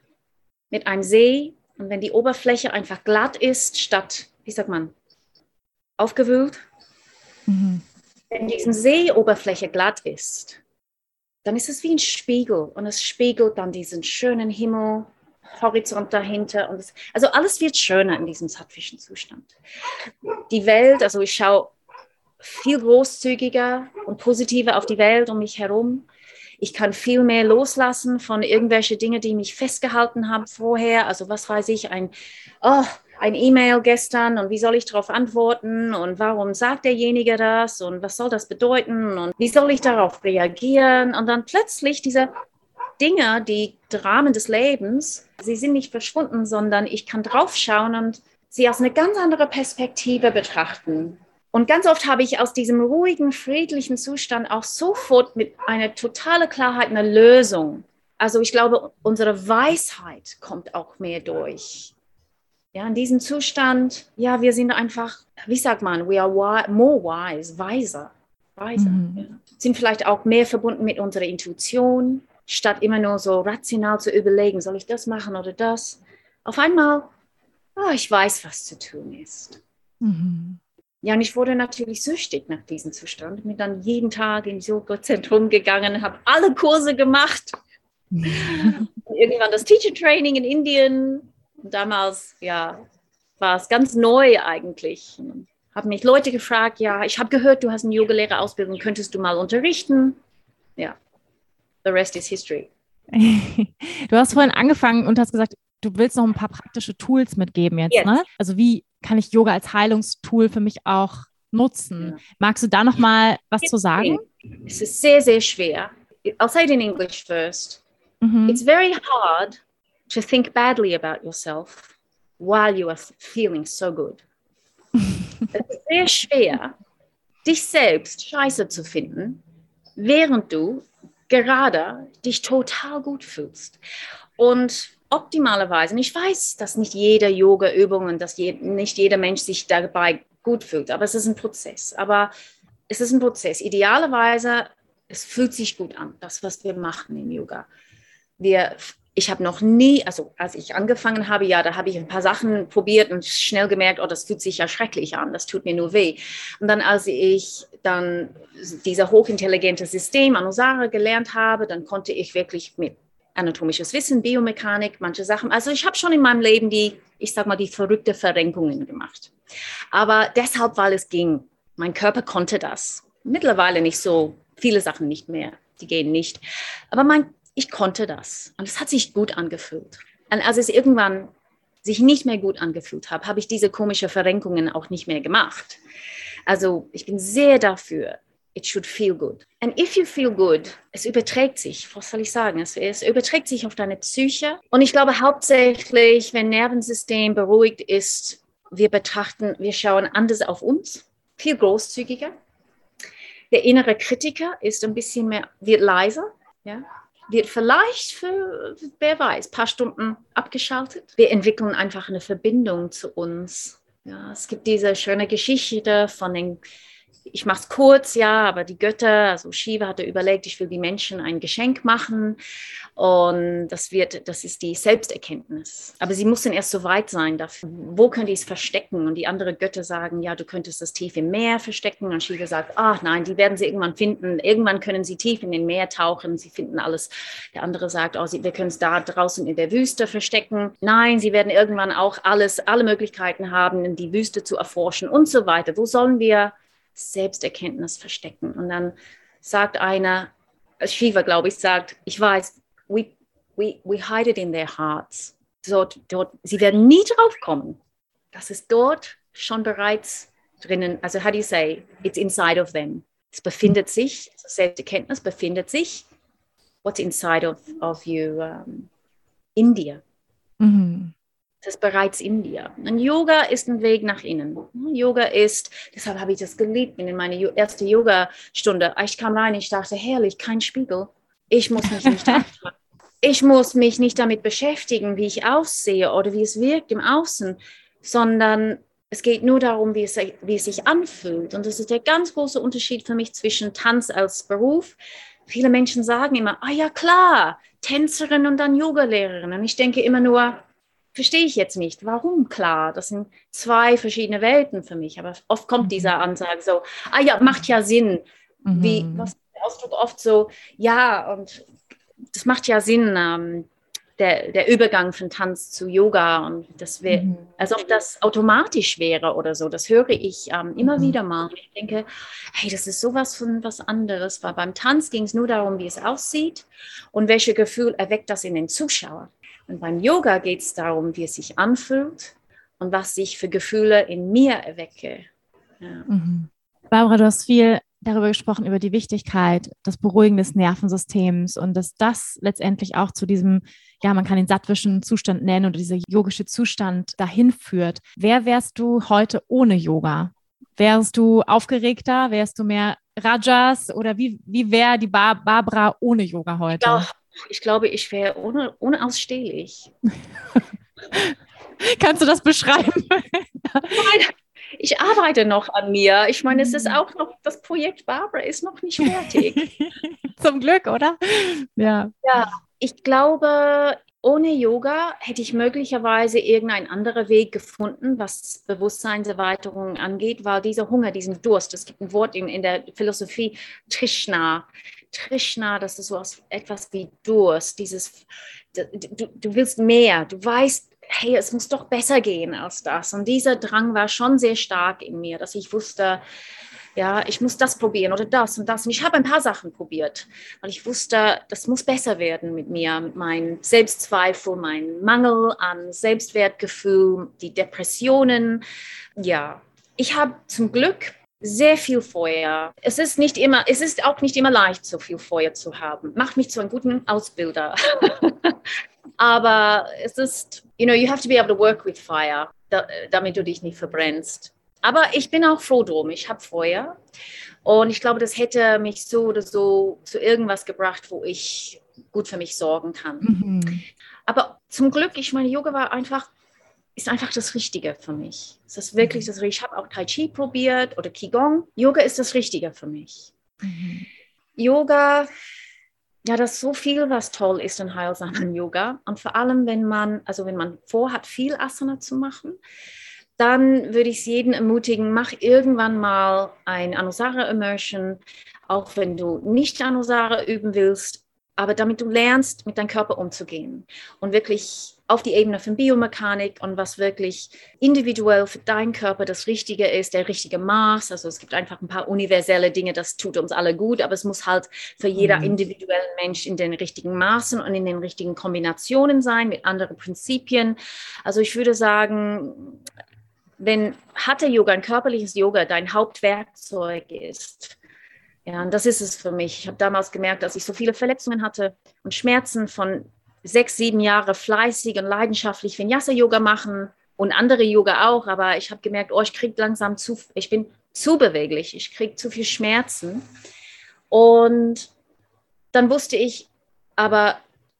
mit einem See und wenn die Oberfläche einfach glatt ist, statt, wie sagt man, aufgewühlt. Mhm. Wenn diese Seeoberfläche glatt ist, dann ist es wie ein Spiegel und es spiegelt dann diesen schönen Himmel, Horizont dahinter. Und es, also alles wird schöner in diesem sattvischen Zustand. Die Welt, also ich schaue viel großzügiger und positiver auf die Welt um mich herum. Ich kann viel mehr loslassen von irgendwelchen Dingen, die mich festgehalten haben vorher. Also was weiß ich, ein, oh, ein E-Mail gestern und wie soll ich darauf antworten und warum sagt derjenige das und was soll das bedeuten und wie soll ich darauf reagieren? Und dann plötzlich diese Dinge, die Dramen des Lebens, sie sind nicht verschwunden, sondern ich kann draufschauen und sie aus einer ganz anderen Perspektive betrachten. Und ganz oft habe ich aus diesem ruhigen, friedlichen Zustand auch sofort mit einer totalen Klarheit eine Lösung. Also ich glaube, unsere Weisheit kommt auch mehr durch. Ja, in diesem Zustand, ja, wir sind einfach, wie sagt man, we are wi- more wise, weiser. weiser mhm. ja. Sind vielleicht auch mehr verbunden mit unserer Intuition, statt immer nur so rational zu überlegen, soll ich das machen oder das. Auf einmal, oh, ich weiß, was zu tun ist. Mhm. Ja, und ich wurde natürlich süchtig nach diesem Zustand. Ich bin dann jeden Tag ins Yoga-Zentrum gegangen, habe alle Kurse gemacht. Irgendwann das Teacher Training in Indien. Und damals, ja, war es ganz neu eigentlich. Haben mich Leute gefragt, ja, ich habe gehört, du hast eine Yogalehrerausbildung, könntest du mal unterrichten? Ja, the rest is history. Du hast vorhin angefangen und hast gesagt, du willst noch ein paar praktische Tools mitgeben jetzt, yes. ne? Also wie kann ich Yoga als Heilungstool für mich auch nutzen. Ja. Magst du da noch mal was zu sagen? Es ist sehr, sehr schwer. I'll say it in English first. Mhm. It's very hard to think badly about yourself while you are feeling so good. Es ist sehr schwer, dich selbst scheiße zu finden, während du gerade dich total gut fühlst. Und optimalerweise, und ich weiß, dass nicht jede Yoga-Übung und dass je, nicht jeder Mensch sich dabei gut fühlt, aber es ist ein Prozess. Aber es ist ein Prozess. Idealerweise, es fühlt sich gut an, das, was wir machen im Yoga. Wir, ich habe noch nie, also als ich angefangen habe, ja, da habe ich ein paar Sachen probiert und schnell gemerkt, oh, das fühlt sich ja schrecklich an, das tut mir nur weh. Und dann, als ich dann dieses hochintelligente System Anusara gelernt habe, dann konnte ich wirklich mit anatomisches Wissen, Biomechanik, manche Sachen. Also ich habe schon in meinem Leben die, ich sag mal, die verrückte Verrenkungen gemacht. Aber deshalb, weil es ging. Mein Körper konnte das. Mittlerweile nicht so, viele Sachen nicht mehr, die gehen nicht. Aber mein, ich konnte das. Und es hat sich gut angefühlt. Und als es irgendwann sich nicht mehr gut angefühlt hat, habe ich diese komischen Verrenkungen auch nicht mehr gemacht. Also ich bin sehr dafür, it should feel good. And if you feel good, es überträgt sich, was soll ich sagen, es, es überträgt sich auf deine Psyche. Und ich glaube hauptsächlich, wenn Nervensystem beruhigt ist, wir betrachten, wir schauen anders auf uns, viel großzügiger. Der innere Kritiker ist ein bisschen mehr, wird leiser, ja, wird vielleicht für, wer weiß, ein paar Stunden abgeschaltet. Wir entwickeln einfach eine Verbindung zu uns. Ja, es gibt diese schöne Geschichte von den, ich mache es kurz, ja, aber die Götter, also Shiva hatte überlegt, ich will die Menschen ein Geschenk machen und das wird, das ist die Selbsterkenntnis. Aber sie mussten erst so weit sein dafür. Wo können die es verstecken? Und die anderen Götter sagen, ja, du könntest das tief im Meer verstecken. Und Shiva sagt, ach nein, die werden sie irgendwann finden. Irgendwann können sie tief in den Meer tauchen. Sie finden alles. Der andere sagt, oh, sie, wir können es da draußen in der Wüste verstecken. Nein, sie werden irgendwann auch alles, alle Möglichkeiten haben, die Wüste zu erforschen und so weiter. Wo sollen wir Selbsterkenntnis verstecken? Und dann sagt einer, Shiva, glaube ich, sagt, ich weiß, we, we, we hide it in their hearts. Dort, dort, sie werden nie drauf kommen. Das ist dort schon bereits drinnen. Also, how do you say? It's inside of them. Es befindet sich, Selbsterkenntnis befindet sich. What's inside of, of you? Um, in dir. Mhm. Das ist bereits in dir. Und Yoga ist ein Weg nach innen. Yoga ist, deshalb habe ich das geliebt in meiner ersten Yoga-Stunde. Ich kam rein, ich dachte, herrlich, kein Spiegel. Ich muss mich nicht anschauen. Ich muss mich nicht damit beschäftigen, wie ich aussehe oder wie es wirkt im Außen, sondern es geht nur darum, wie es, wie es sich anfühlt. Und das ist der ganz große Unterschied für mich zwischen Tanz als Beruf. Viele Menschen sagen immer, ah ja klar, Tänzerin und dann Yogalehrerin. Und ich denke immer nur, verstehe ich jetzt nicht. Warum? Klar, das sind zwei verschiedene Welten für mich. Aber oft kommt diese Ansage so, ah ja, macht ja Sinn. Mhm. Wie, was ist der Ausdruck oft so, ja, und das macht ja Sinn, ähm, der, der Übergang von Tanz zu Yoga. Und das wäre, mhm. als ob das automatisch wäre oder so. Das höre ich ähm, immer mhm. wieder mal. Ich denke, hey, das ist sowas von was anderes. Weil beim Tanz ging es nur darum, wie es aussieht und welches Gefühl erweckt das in den Zuschauer. Und beim Yoga geht es darum, wie es sich anfühlt und was ich für Gefühle in mir erwecke. Ja. Mhm. Barbara, du hast viel darüber gesprochen, über die Wichtigkeit des Beruhigen des Nervensystems und dass das letztendlich auch zu diesem, ja, man kann den sattwischen Zustand nennen oder dieser yogische Zustand dahin führt. Wer wärst du heute ohne Yoga? Wärst du aufgeregter? Wärst du mehr Rajas? Oder wie, wie wäre die Bar- Barbara ohne Yoga heute? Ich glaube, Ich glaube, ich wäre ohne, unausstehlich. Kannst du das beschreiben? Nein, ich arbeite noch an mir. Ich meine, es ist auch noch, das Projekt Barbara ist noch nicht fertig. Zum Glück, oder? Ja. Ja, ich glaube, ohne Yoga hätte ich möglicherweise irgendeinen anderen Weg gefunden, was Bewusstseinserweiterung angeht, weil dieser Hunger, diesen Durst, es gibt ein Wort in, in der Philosophie, Trishna. Trishna, das ist so etwas wie Durst, dieses, du, du willst mehr, du weißt, hey, es muss doch besser gehen als das. Und dieser Drang war schon sehr stark in mir, dass ich wusste, ja, ich muss das probieren oder das und das. Und ich habe ein paar Sachen probiert, weil ich wusste, das muss besser werden mit mir, mit meinem Selbstzweifel, meinem Mangel an Selbstwertgefühl, die Depressionen. Ja, ich habe zum Glück sehr viel Feuer. Es ist nicht immer, es ist auch nicht immer leicht, so viel Feuer zu haben. Macht mich zu einem guten Ausbilder. Aber es ist, you know, you have to be able to work with fire, da, damit du dich nicht verbrennst. Aber ich bin auch froh drum. Ich habe Feuer. Und ich glaube, das hätte mich so oder so zu irgendwas gebracht, wo ich gut für mich sorgen kann. Mhm. Aber zum Glück, ich meine, Yoga war einfach, ist einfach das Richtige für mich. Es ist wirklich das Richtige. Ich habe auch Tai Chi probiert oder Qigong. Yoga ist das Richtige für mich. Mhm. Yoga, ja, das ist so viel, was toll ist und heilsam an Yoga. Und vor allem, wenn man, also wenn man vorhat, viel Asana zu machen, dann würde ich es jeden ermutigen, mach irgendwann mal ein Anusara Immersion, auch wenn du nicht Anusara üben willst, aber damit du lernst, mit deinem Körper umzugehen und wirklich auf die Ebene von Biomechanik und was wirklich individuell für deinen Körper das Richtige ist, der richtige Maß. Also es gibt einfach ein paar universelle Dinge, das tut uns alle gut, aber es muss halt für jeder mhm. individuellen Mensch in den richtigen Maßen und in den richtigen Kombinationen sein, mit anderen Prinzipien. Also ich würde sagen, wenn Hatha-Yoga, ein körperliches Yoga, dein Hauptwerkzeug ist, ja, und das ist es für mich. Ich habe damals gemerkt, dass ich so viele Verletzungen hatte und Schmerzen von sechs, sieben Jahre fleißig und leidenschaftlich Vinyasa-Yoga machen und andere Yoga auch, aber ich habe gemerkt, oh, ich kriege langsam zu, ich bin zu beweglich, ich kriege zu viel Schmerzen. Und dann wusste ich, aber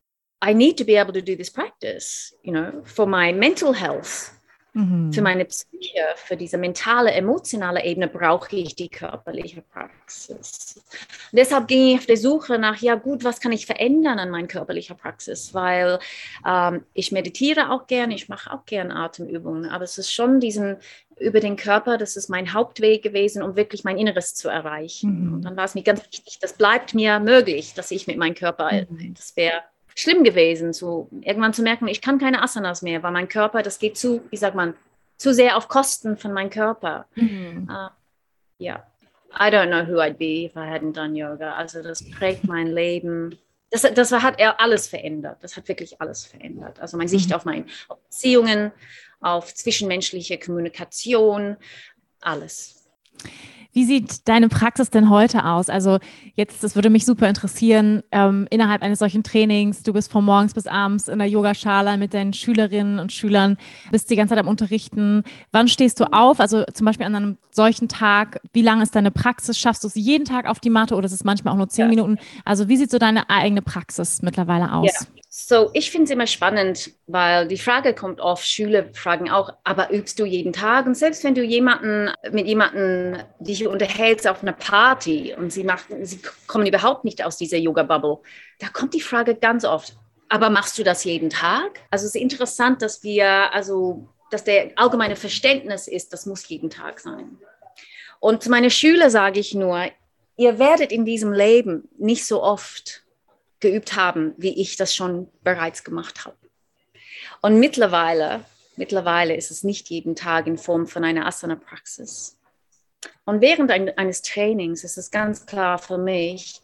I need to be able to do this practice, you know, for my mental health. Mhm. Für meine Psyche, für diese mentale, emotionale Ebene brauche ich die körperliche Praxis. Und deshalb ging ich auf der Suche nach, ja gut, was kann ich verändern an meiner körperlichen Praxis? Weil ähm, ich meditiere auch gerne, ich mache auch gerne Atemübungen, aber es ist schon diesen über den Körper, das ist mein Hauptweg gewesen, um wirklich mein Inneres zu erreichen. Mhm. Und dann war es mir ganz wichtig, das bleibt mir möglich, dass ich mit meinem Körper, mhm. das wäre schlimm gewesen, so irgendwann zu merken, ich kann keine Asanas mehr, weil mein Körper, das geht zu, wie sagt man, zu sehr auf Kosten von meinem Körper. Mhm. Uh, yeah, I don't know who I'd be if I hadn't done yoga. Also das prägt mein Leben. Das, das hat alles verändert. Das hat wirklich alles verändert. Also meine Sicht mhm. auf meine auf Beziehungen, auf zwischenmenschliche Kommunikation, alles. Wie sieht deine Praxis denn heute aus? Also jetzt, das würde mich super interessieren, ähm, innerhalb eines solchen Trainings, du bist von morgens bis abends in der Yogaschala mit deinen Schülerinnen und Schülern, bist die ganze Zeit am Unterrichten. Wann stehst du auf? Also zum Beispiel an einem solchen Tag, wie lange ist deine Praxis? Schaffst du es jeden Tag auf die Matte oder ist es manchmal auch nur zehn ja. Minuten? Also wie sieht so deine eigene Praxis mittlerweile aus? Ja. So, ich finde es immer spannend, weil die Frage kommt oft, Schüler fragen auch, aber übst du jeden Tag? Und selbst wenn du jemanden, mit jemandem dich unterhältst auf einer Party und sie, machen, sie kommen überhaupt nicht aus dieser Yoga-Bubble, da kommt die Frage ganz oft, aber machst du das jeden Tag? Also es ist interessant, dass wir, also, dass der allgemeine Verständnis ist, das muss jeden Tag sein. Und zu meinen Schülern sage ich nur, ihr werdet in diesem Leben nicht so oft geübt haben, wie ich das schon bereits gemacht habe. Und mittlerweile, mittlerweile ist es nicht jeden Tag in Form von einer Asana-Praxis. Und während ein, eines Trainings ist es ganz klar für mich,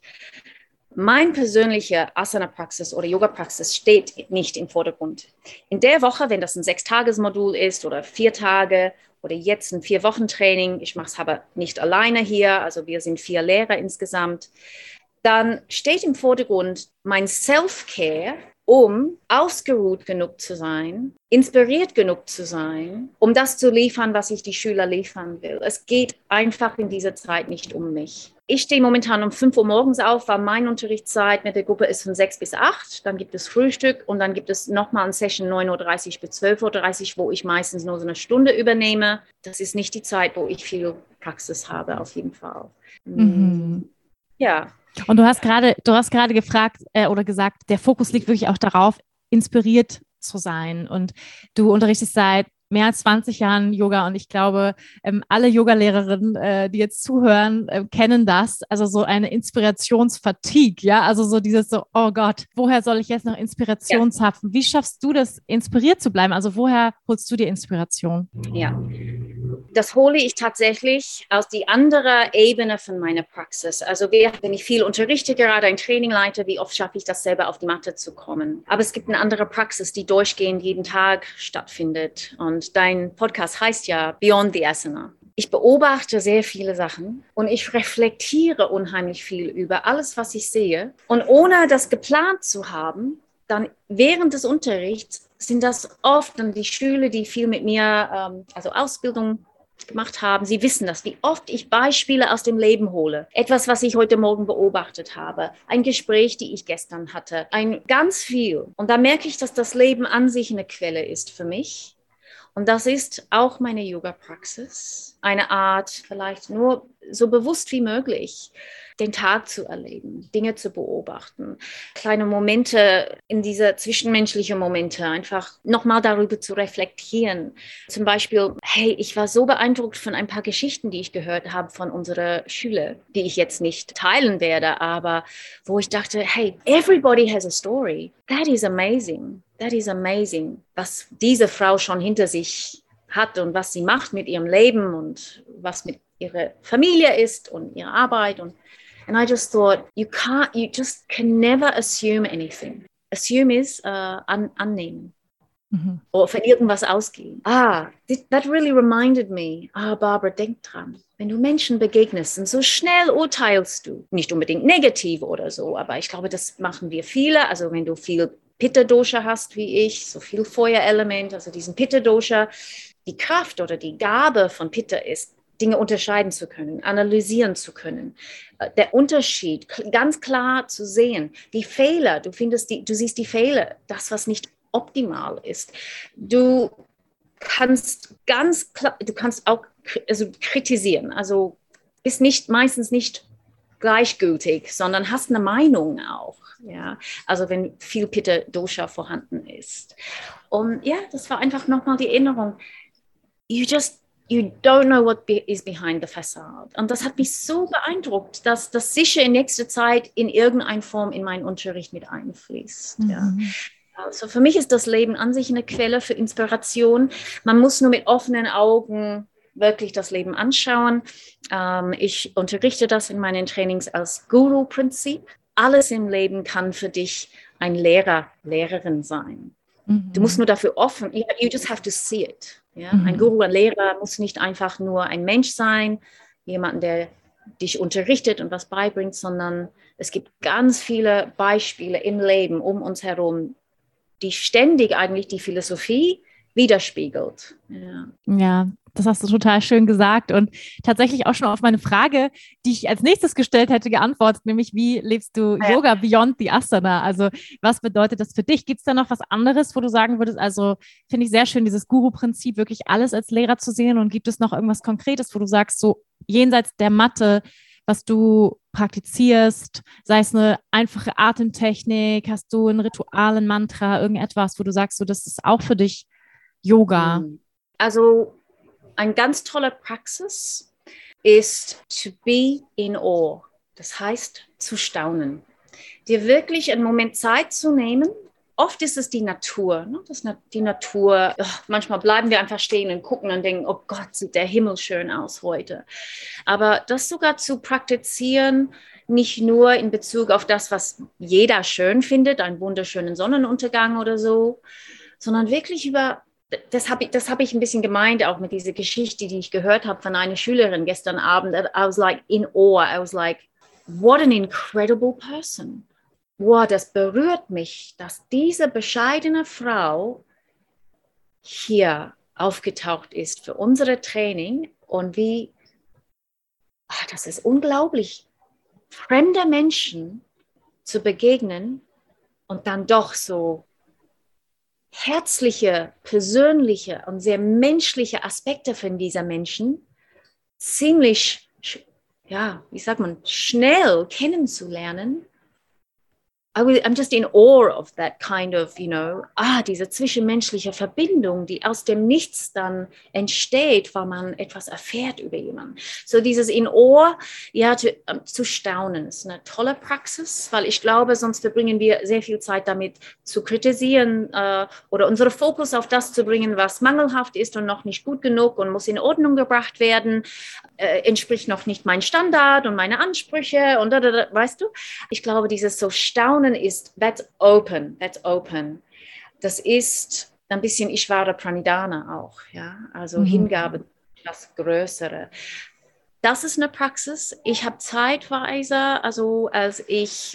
meine persönliche Asana-Praxis oder Yoga-Praxis steht nicht im Vordergrund. In der Woche, wenn das ein Sechstages-Modul ist oder vier Tage oder jetzt ein Vier-Wochen-Training, ich mache es aber nicht alleine hier, also wir sind vier Lehrer insgesamt, dann steht im Vordergrund mein Self-Care, um ausgeruht genug zu sein, inspiriert genug zu sein, um das zu liefern, was ich die Schüler liefern will. Es geht einfach in dieser Zeit nicht um mich. Ich stehe momentan um fünf Uhr morgens auf, weil meine Unterrichtszeit mit der Gruppe ist von sechs bis acht. Dann gibt es Frühstück und dann gibt es nochmal eine Session neun Uhr dreißig bis zwölf Uhr dreißig, wo ich meistens nur so eine Stunde übernehme. Das ist nicht die Zeit, wo ich viel Praxis habe, auf jeden Fall. Mhm. Ja. Und du hast gerade, du hast gerade gefragt äh, oder gesagt, der Fokus liegt wirklich auch darauf, inspiriert zu sein. Und du unterrichtest seit mehr als zwanzig Jahren Yoga und ich glaube, ähm, alle Yogalehrerinnen, äh, die jetzt zuhören, äh, kennen das. Also so eine Inspirationsfatigue, ja, also so dieses so, oh Gott, woher soll ich jetzt noch Inspiration ja. zapfen? Wie schaffst du das, inspiriert zu bleiben? Also woher holst du dir Inspiration? Ja, das hole ich tatsächlich aus die andere Ebene von meiner Praxis. Also wenn ich viel unterrichte, gerade ein Training leite, wie oft schaffe ich das selber auf die Matte zu kommen? Aber es gibt eine andere Praxis, die durchgehend jeden Tag stattfindet. Und dein Podcast heißt ja Beyond the Asana. ich beobachte sehr viele Sachen und ich reflektiere unheimlich viel über alles, was ich sehe. Und ohne das geplant zu haben, dann während des Unterrichts sind das oft dann die Schüler, die viel mit mir, ähm, also Ausbildung gemacht haben. Sie wissen das, wie oft ich Beispiele aus dem Leben hole. Etwas, was ich heute Morgen beobachtet habe. Ein Gespräch, die ich gestern hatte. Ein ganz viel. Und da merke ich, dass das Leben an sich eine Quelle ist für mich. Und das ist auch meine Yoga-Praxis. Eine Art, vielleicht nur so bewusst wie möglich, den Tag zu erleben, Dinge zu beobachten, kleine Momente in diese zwischenmenschlichen Momente, einfach nochmal darüber zu reflektieren. Zum Beispiel, hey, ich war so beeindruckt von ein paar Geschichten, die ich gehört habe von unserer Schüler, die ich jetzt nicht teilen werde, aber wo ich dachte, hey, everybody has a story. That is amazing. That is amazing, was diese Frau schon hinter sich hat und was sie macht mit ihrem Leben und was mit ihrer Familie ist und ihrer Arbeit. Und and I just thought, you can't, you just can never assume anything. Assume is uh, an, annehmen. Mhm. Oder von irgendwas ausgehen. Ah, that really reminded me. Ah, Barbara, denk dran. Wenn du Menschen begegnest und so schnell urteilst du, nicht unbedingt negativ oder so, aber ich glaube, das machen wir viele. Also wenn du viel Pitta-Dosha hast wie ich, so viel Feuerelement, also diesen Pitta-Dosha, die Kraft oder die Gabe von Pitta ist, Dinge unterscheiden zu können, analysieren zu können. Der Unterschied ganz klar zu sehen. Die Fehler, du findest die, du siehst die Fehler, das, was nicht optimal ist. Du kannst ganz klar, du kannst auch also kritisieren, also bist nicht meistens nicht gleichgültig, sondern hast eine Meinung auch. Ja, also wenn viel Pitta-Dosha vorhanden ist. Und ja, das war einfach nochmal die Erinnerung. You just, you don't know what be, is behind the facade. Und das hat mich so beeindruckt, dass das sicher in nächster Zeit in irgendeiner Form in meinen Unterricht mit einfließt. Mhm. Ja. Also für mich ist das Leben an sich eine Quelle für Inspiration. Man muss nur mit offenen Augen wirklich das Leben anschauen. Ähm, ich unterrichte das in meinen Trainings als Guru-Prinzip. Alles im Leben kann für dich ein Lehrer, Lehrerin sein. Mhm. Du musst nur dafür offen, you, you just have to see it. Ja? Mhm. Ein Guru, ein Lehrer muss nicht einfach nur ein Mensch sein, jemand, der dich unterrichtet und was beibringt, sondern es gibt ganz viele Beispiele im Leben um uns herum, die ständig eigentlich die Philosophie widerspiegelt. Ja. Ja, das hast du total schön gesagt und tatsächlich auch schon auf meine Frage, die ich als nächstes gestellt hätte, geantwortet, nämlich wie lebst du ja. Yoga beyond the Asana? Also was bedeutet das für dich? Gibt es da noch was anderes, wo du sagen würdest, also finde ich sehr schön, dieses Guru-Prinzip, wirklich alles als Lehrer zu sehen, und gibt es noch irgendwas Konkretes, wo du sagst, so jenseits der Matte, was du praktizierst, sei es eine einfache Atemtechnik, hast du ein Ritual, ein Mantra, irgendetwas, wo du sagst, so das ist auch für dich Yoga? Also eine ganz tolle Praxis ist to be in awe. Das heißt, zu staunen. Dir wirklich einen Moment Zeit zu nehmen. Oft ist es die Natur. Ne? Das, die Natur, oh, manchmal bleiben wir einfach stehen und gucken und denken, oh Gott, sieht der Himmel schön aus heute. Aber das sogar zu praktizieren, nicht nur in Bezug auf das, was jeder schön findet, einen wunderschönen Sonnenuntergang oder so, sondern wirklich über, das habe ich, das hab ich ein bisschen gemeint, auch mit dieser Geschichte, die ich gehört habe von einer Schülerin gestern Abend. I was like in awe. I was like, what an incredible person. Wow, das berührt mich, dass diese bescheidene Frau hier aufgetaucht ist für unser Training und wie, ach, das ist unglaublich, fremde Menschen zu begegnen und dann doch so herzliche, persönliche und sehr menschliche Aspekte von dieser Menschen ziemlich, ja, wie sagt man, schnell kennenzulernen. I will, I'm just in awe of that kind of, you know, ah, diese zwischenmenschliche Verbindung, die aus dem Nichts dann entsteht, weil man etwas erfährt über jemanden. So dieses in awe, ja, zu, um, zu staunen, ist eine tolle Praxis, weil ich glaube, sonst verbringen wir sehr viel Zeit damit zu kritisieren äh, oder unseren Fokus auf das zu bringen, was mangelhaft ist und noch nicht gut genug und muss in Ordnung gebracht werden, äh, entspricht noch nicht meinem Standard und meine Ansprüche und da, da, da, weißt du? Ich glaube, dieses so Staunen ist, that's open, that's open. Das ist ein bisschen Ishvara Pranidhana auch, ja, also mhm. Hingabe, das Größere. Das ist eine Praxis. Ich habe zeitweise, also als ich,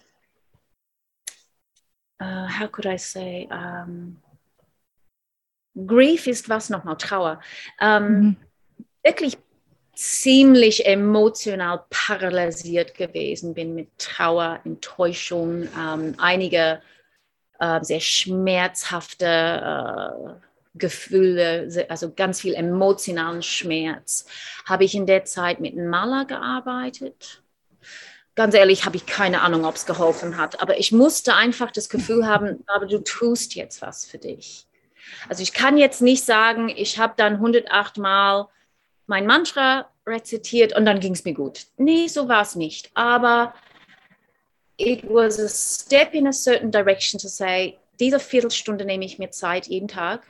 uh, how could I say, um, Grief ist was nochmal, Trauer, um, mhm. wirklich ziemlich emotional paralysiert gewesen bin mit Trauer, Enttäuschung, ähm, einige äh, sehr schmerzhafte äh, Gefühle, also ganz viel emotionalen Schmerz. Habe ich in der Zeit mit einem Maler gearbeitet. Ganz ehrlich, habe ich keine Ahnung, ob es geholfen hat, aber ich musste einfach das Gefühl haben, aber du tust jetzt was für dich. Also ich kann jetzt nicht sagen, ich habe dann hundertacht Mal mein Mantra rezitiert und dann ging es mir gut. Nee, so war es nicht. Aber it was a step in a certain direction to say, diese Viertelstunde nehme ich mir Zeit jeden Tag.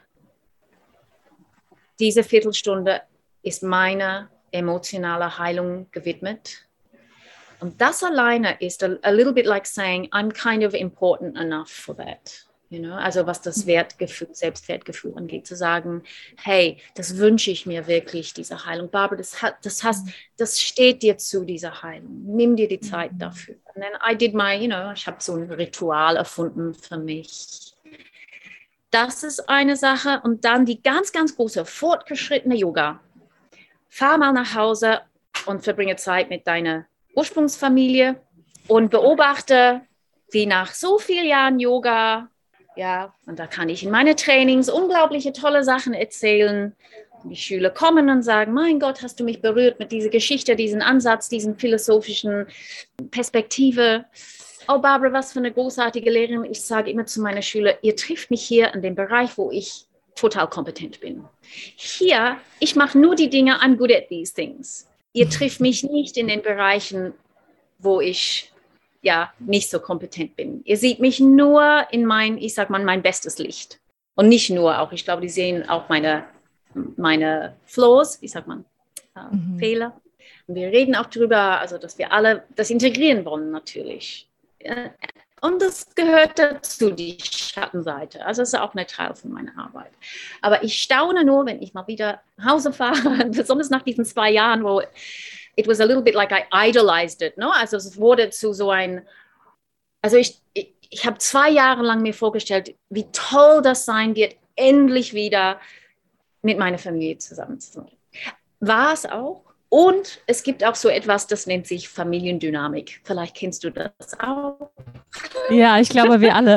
Diese Viertelstunde ist meiner emotionalen Heilung gewidmet. Und das alleine ist a, a little bit like saying, I'm kind of important enough for that. You know? Also was das Wertgefühl, Selbstwertgefühl angeht, zu sagen, hey, das wünsche ich mir wirklich, diese Heilung. Barbara, das, hat, das, hast, das steht dir zu, diese Heilung. Nimm dir die Zeit dafür. Und dann I did my, you know, ich habe so ein Ritual erfunden für mich. Das ist eine Sache. Und dann die ganz, ganz große, fortgeschrittene Yoga. Fahr mal nach Hause und verbringe Zeit mit deiner Ursprungsfamilie und beobachte, wie nach so vielen Jahren Yoga, ja, und da kann ich in meine Trainings unglaubliche tolle Sachen erzählen. Und die Schüler kommen und sagen, mein Gott, hast du mich berührt mit dieser Geschichte, diesem Ansatz, diesen philosophischen Perspektive. Oh, Barbara, was für eine großartige Lehrerin. Ich sage immer zu meinen Schülern, ihr trifft mich hier in dem Bereich, wo ich total kompetent bin. Hier, ich mache nur die Dinge, I'm good at these things. Ihr trifft mich nicht in den Bereichen, wo ich ja nicht so kompetent bin. Ihr seht mich nur in mein, ich sag mal, mein bestes Licht. Und nicht nur auch, ich glaube, die sehen auch meine, meine Flaws, wie sagt man, äh, mhm. Fehler. Und wir reden auch darüber, also dass wir alle das integrieren wollen natürlich. Und das gehört dazu, die Schattenseite. Also das ist auch ein Teil von meiner Arbeit. Aber ich staune nur, wenn ich mal wieder nach Hause fahre, besonders nach diesen zwei Jahren, wo it was a little bit like I idolized it. No? Also es wurde zu so ein, also ich, ich, ich habe zwei Jahre lang mir vorgestellt, wie toll das sein wird, endlich wieder mit meiner Familie zusammen zu sein. War es auch. Und es gibt auch so etwas, das nennt sich Familiendynamik. Vielleicht kennst du das auch. Ja, ich glaube, wir alle.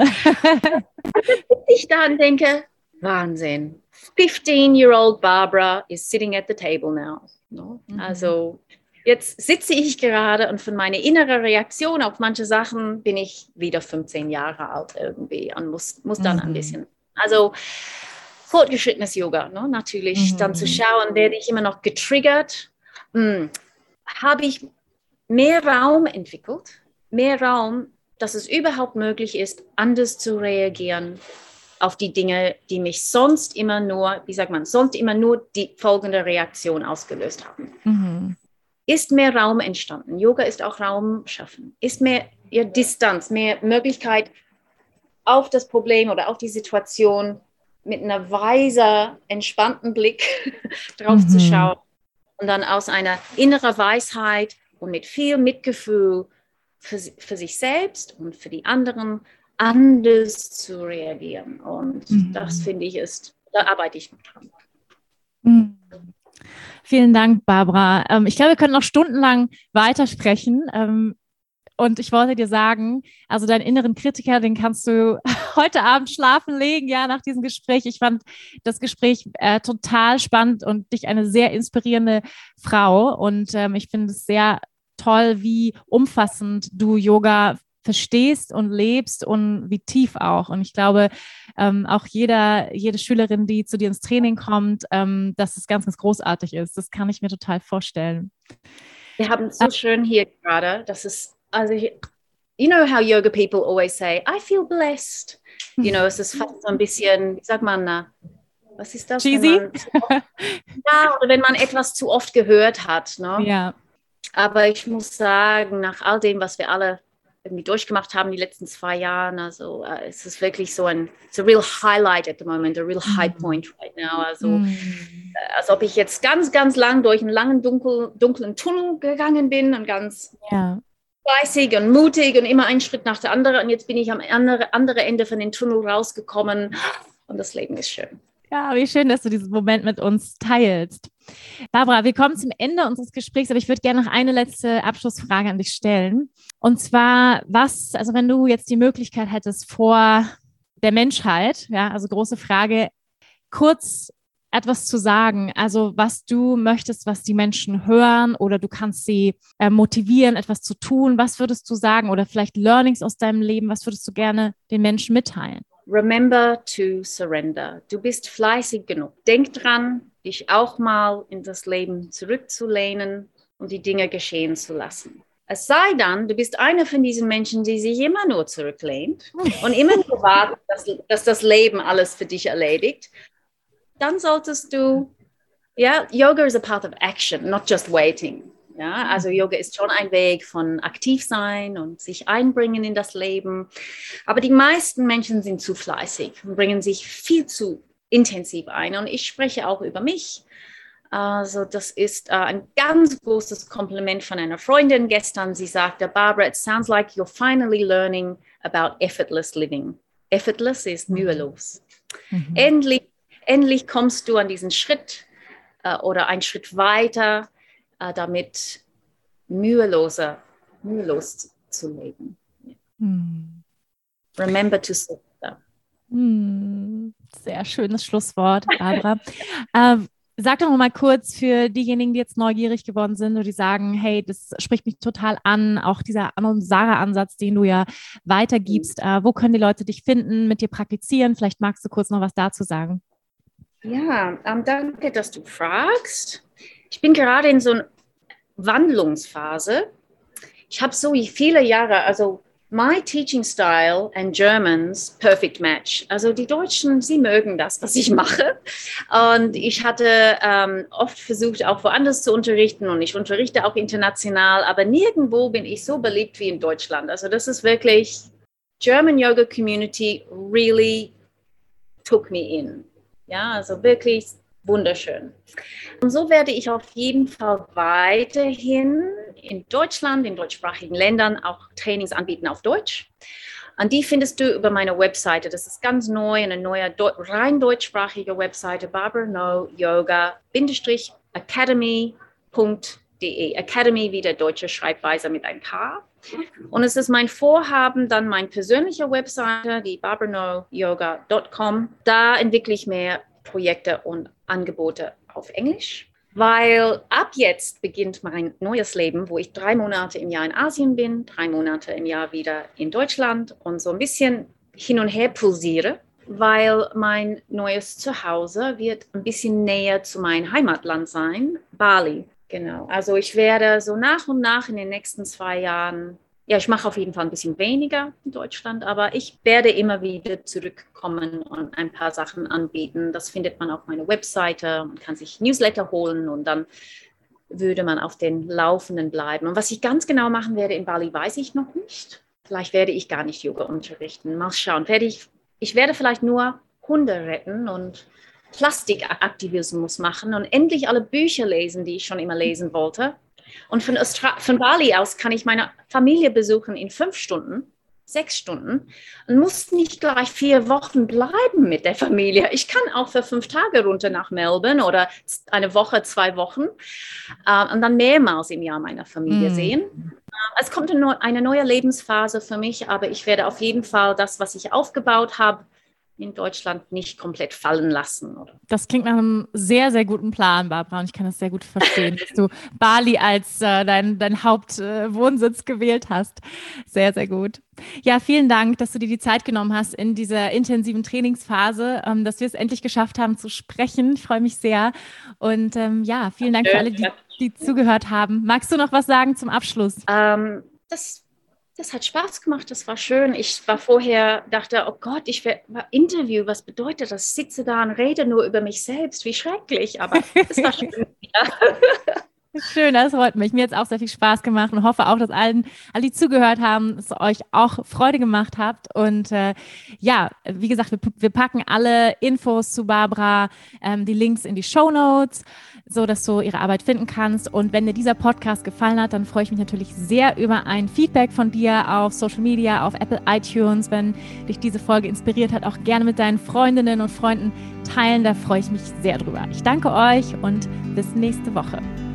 Ich dann denke, Wahnsinn. fifteen-year-old Barbara is sitting at the table now. No? Mhm. Also jetzt sitze ich gerade und von meiner inneren Reaktion auf manche Sachen bin ich wieder fünfzehn Jahre alt irgendwie und muss, muss dann mhm. ein bisschen. Also fortgeschrittenes Yoga, no? Natürlich. Mhm. Dann zu schauen, werde ich immer noch getriggert. Hm. Habe ich mehr Raum entwickelt, mehr Raum, dass es überhaupt möglich ist, anders zu reagieren auf die Dinge, die mich sonst immer nur, wie sagt man, sonst immer nur die folgende Reaktion ausgelöst haben. Mhm. Ist mehr Raum entstanden. Yoga ist auch Raum schaffen. Ist mehr ja, Distanz, mehr Möglichkeit, auf das Problem oder auf die Situation mit einer weise, entspannten Blick drauf mhm. zu schauen. Und dann aus einer inneren Weisheit und mit viel Mitgefühl für, für sich selbst und für die anderen anders zu reagieren. Und mhm. das finde ich ist, da arbeite ich noch dran. Mhm. Vielen Dank, Barbara. Ähm, ich glaube, wir können noch stundenlang weitersprechen. Ähm, und ich wollte dir sagen, also deinen inneren Kritiker, den kannst du heute Abend schlafen legen, ja, nach diesem Gespräch. Ich fand das Gespräch äh, total spannend und dich eine sehr inspirierende Frau. Und ähm, ich finde es sehr toll, wie umfassend du Yoga verstehst und lebst und wie tief auch. Und ich glaube, ähm, auch jeder, jede Schülerin, die zu dir ins Training kommt, ähm, dass es ganz, ganz großartig ist. Das kann ich mir total vorstellen. Wir haben es so schön hier gerade, dass es, also ich, you know how yoga people always say, I feel blessed. You know, es ist fast so ein bisschen, wie sagt man, was ist das? Cheesy? Man, ja, oder wenn man etwas zu oft gehört hat. Ne? Ja. Aber ich muss sagen, nach all dem, was wir alle irgendwie durchgemacht haben die letzten zwei Jahre, also uh, es ist wirklich so ein, it's a real highlight at the moment, a real high point right now. Also mm. als ob ich jetzt ganz, ganz lang durch einen langen, dunkel, dunklen Tunnel gegangen bin und ganz ja. fleißig und mutig und immer einen Schritt nach der anderen. Und jetzt bin ich am andere, andere Ende von dem Tunnel rausgekommen und das Leben ist schön. Ja, wie schön, dass du diesen Moment mit uns teilst. Barbara, wir kommen zum Ende unseres Gesprächs, aber ich würde gerne noch eine letzte Abschlussfrage an dich stellen. Und zwar, was, also wenn du jetzt die Möglichkeit hättest, vor der Menschheit, ja, also große Frage, kurz etwas zu sagen, also was du möchtest, was die Menschen hören, oder du kannst sie äh, motivieren, etwas zu tun, was würdest du sagen, oder vielleicht Learnings aus deinem Leben, was würdest du gerne den Menschen mitteilen? Remember to surrender. Du bist fleißig genug. Denk dran, dich auch mal in das Leben zurückzulehnen und die Dinge geschehen zu lassen. Es sei dann, du bist einer von diesen Menschen, die sich immer nur zurücklehnt und immer nur wartet, dass, dass das Leben alles für dich erledigt. Dann solltest du, ja, Yoga is a path of action, not just waiting. Ja, also Yoga ist schon ein Weg von aktiv sein und sich einbringen in das Leben. Aber die meisten Menschen sind zu fleißig und bringen sich viel zu intensiv ein. Und ich spreche auch über mich. Also das ist äh, ein ganz großes Kompliment von einer Freundin gestern. Sie sagte, Barbara, it sounds like you're finally learning about effortless living. Effortless ist mühelos. Mhm. Endlich, endlich kommst du an diesen Schritt äh, oder einen Schritt weiter, damit müheloser, mühelos zu leben. Hm. Remember to surrender. Hm. Sehr schönes Schlusswort, Barbara. äh, sag doch noch mal kurz für diejenigen, die jetzt neugierig geworden sind oder die sagen, hey, das spricht mich total an, auch dieser Anonsara-Ansatz, den du ja weitergibst. Äh, wo können die Leute dich finden, mit dir praktizieren? Vielleicht magst du kurz noch was dazu sagen. Ja, ähm, danke, dass du fragst. Ich bin gerade in so einer Wandlungsphase. Ich habe so viele Jahre, also my teaching style and Germans perfect match. Also die Deutschen, sie mögen das, was ich mache. Und ich hatte ähm, oft versucht, auch woanders zu unterrichten und ich unterrichte auch international, aber nirgendwo bin ich so beliebt wie in Deutschland. Also das ist wirklich, German Yoga Community really took me in. Ja, also wirklich wunderschön. Und so werde ich auf jeden Fall weiterhin in Deutschland, in deutschsprachigen Ländern auch Trainings anbieten auf Deutsch. Und die findest du über meine Webseite. Das ist ganz neu, eine neue rein deutschsprachige Webseite, barbara no yoga academy punkt de. Academy wie der deutsche Schreibweise mit ein K. Und es ist mein Vorhaben, dann meine persönliche Webseite, die barbara no yoga punkt com. Da entwickle ich mehr Projekte und Angebote auf Englisch, weil ab jetzt beginnt mein neues Leben, wo ich drei Monate im Jahr in Asien bin, drei Monate im Jahr wieder in Deutschland und so ein bisschen hin und her pulsiere, weil mein neues Zuhause wird ein bisschen näher zu meinem Heimatland sein, Bali. Genau, also ich werde so nach und nach in den nächsten zwei Jahren, ja, ich mache auf jeden Fall ein bisschen weniger in Deutschland, aber ich werde immer wieder zurückkommen und ein paar Sachen anbieten. Das findet man auf meiner Webseite. Man kann sich Newsletter holen und dann würde man auf den Laufenden bleiben. Und was ich ganz genau machen werde in Bali, weiß ich noch nicht. Vielleicht werde ich gar nicht Yoga unterrichten. Mal schauen. Werde ich, ich werde vielleicht nur Hunde retten und Plastikaktivismus machen und endlich alle Bücher lesen, die ich schon immer lesen wollte. Und von, Austra- von Bali aus kann ich meine Familie besuchen in fünf Stunden, sechs Stunden und muss nicht gleich vier Wochen bleiben mit der Familie. Ich kann auch für fünf Tage runter nach Melbourne oder eine Woche, zwei Wochen äh, und dann mehrmals im Jahr meine Familie mm. sehen. Äh, es kommt eine, eine neue Lebensphase für mich, aber ich werde auf jeden Fall das, was ich aufgebaut habe, in Deutschland nicht komplett fallen lassen. Oder? Das klingt nach einem sehr, sehr guten Plan, Barbara, und ich kann das sehr gut verstehen, dass du Bali als äh, dein, dein Hauptwohnsitz äh, gewählt hast. Sehr, sehr gut. Ja, vielen Dank, dass du dir die Zeit genommen hast in dieser intensiven Trainingsphase, ähm, dass wir es endlich geschafft haben zu sprechen. Ich freue mich sehr. Und ähm, ja, vielen Dank für alle, die, die zugehört haben. Magst du noch was sagen zum Abschluss? Ähm, das Das hat Spaß gemacht, das war schön. Ich war vorher, dachte, oh Gott, ich werde Interview, was bedeutet das? Ich sitze da und rede nur über mich selbst, wie schrecklich, aber es war schön. Ja. Schön, das freut mich. Mir hat es auch sehr viel Spaß gemacht und hoffe auch, dass allen, alle, die zugehört haben, es euch auch Freude gemacht habt. Und äh, ja, wie gesagt, wir, wir packen alle Infos zu Barbara, ähm, die Links in die Shownotes, so dass du ihre Arbeit finden kannst. Und wenn dir dieser Podcast gefallen hat, dann freue ich mich natürlich sehr über ein Feedback von dir auf Social Media, auf Apple iTunes. Wenn dich diese Folge inspiriert hat, auch gerne mit deinen Freundinnen und Freunden teilen. Da freue ich mich sehr drüber. Ich danke euch und bis nächste Woche.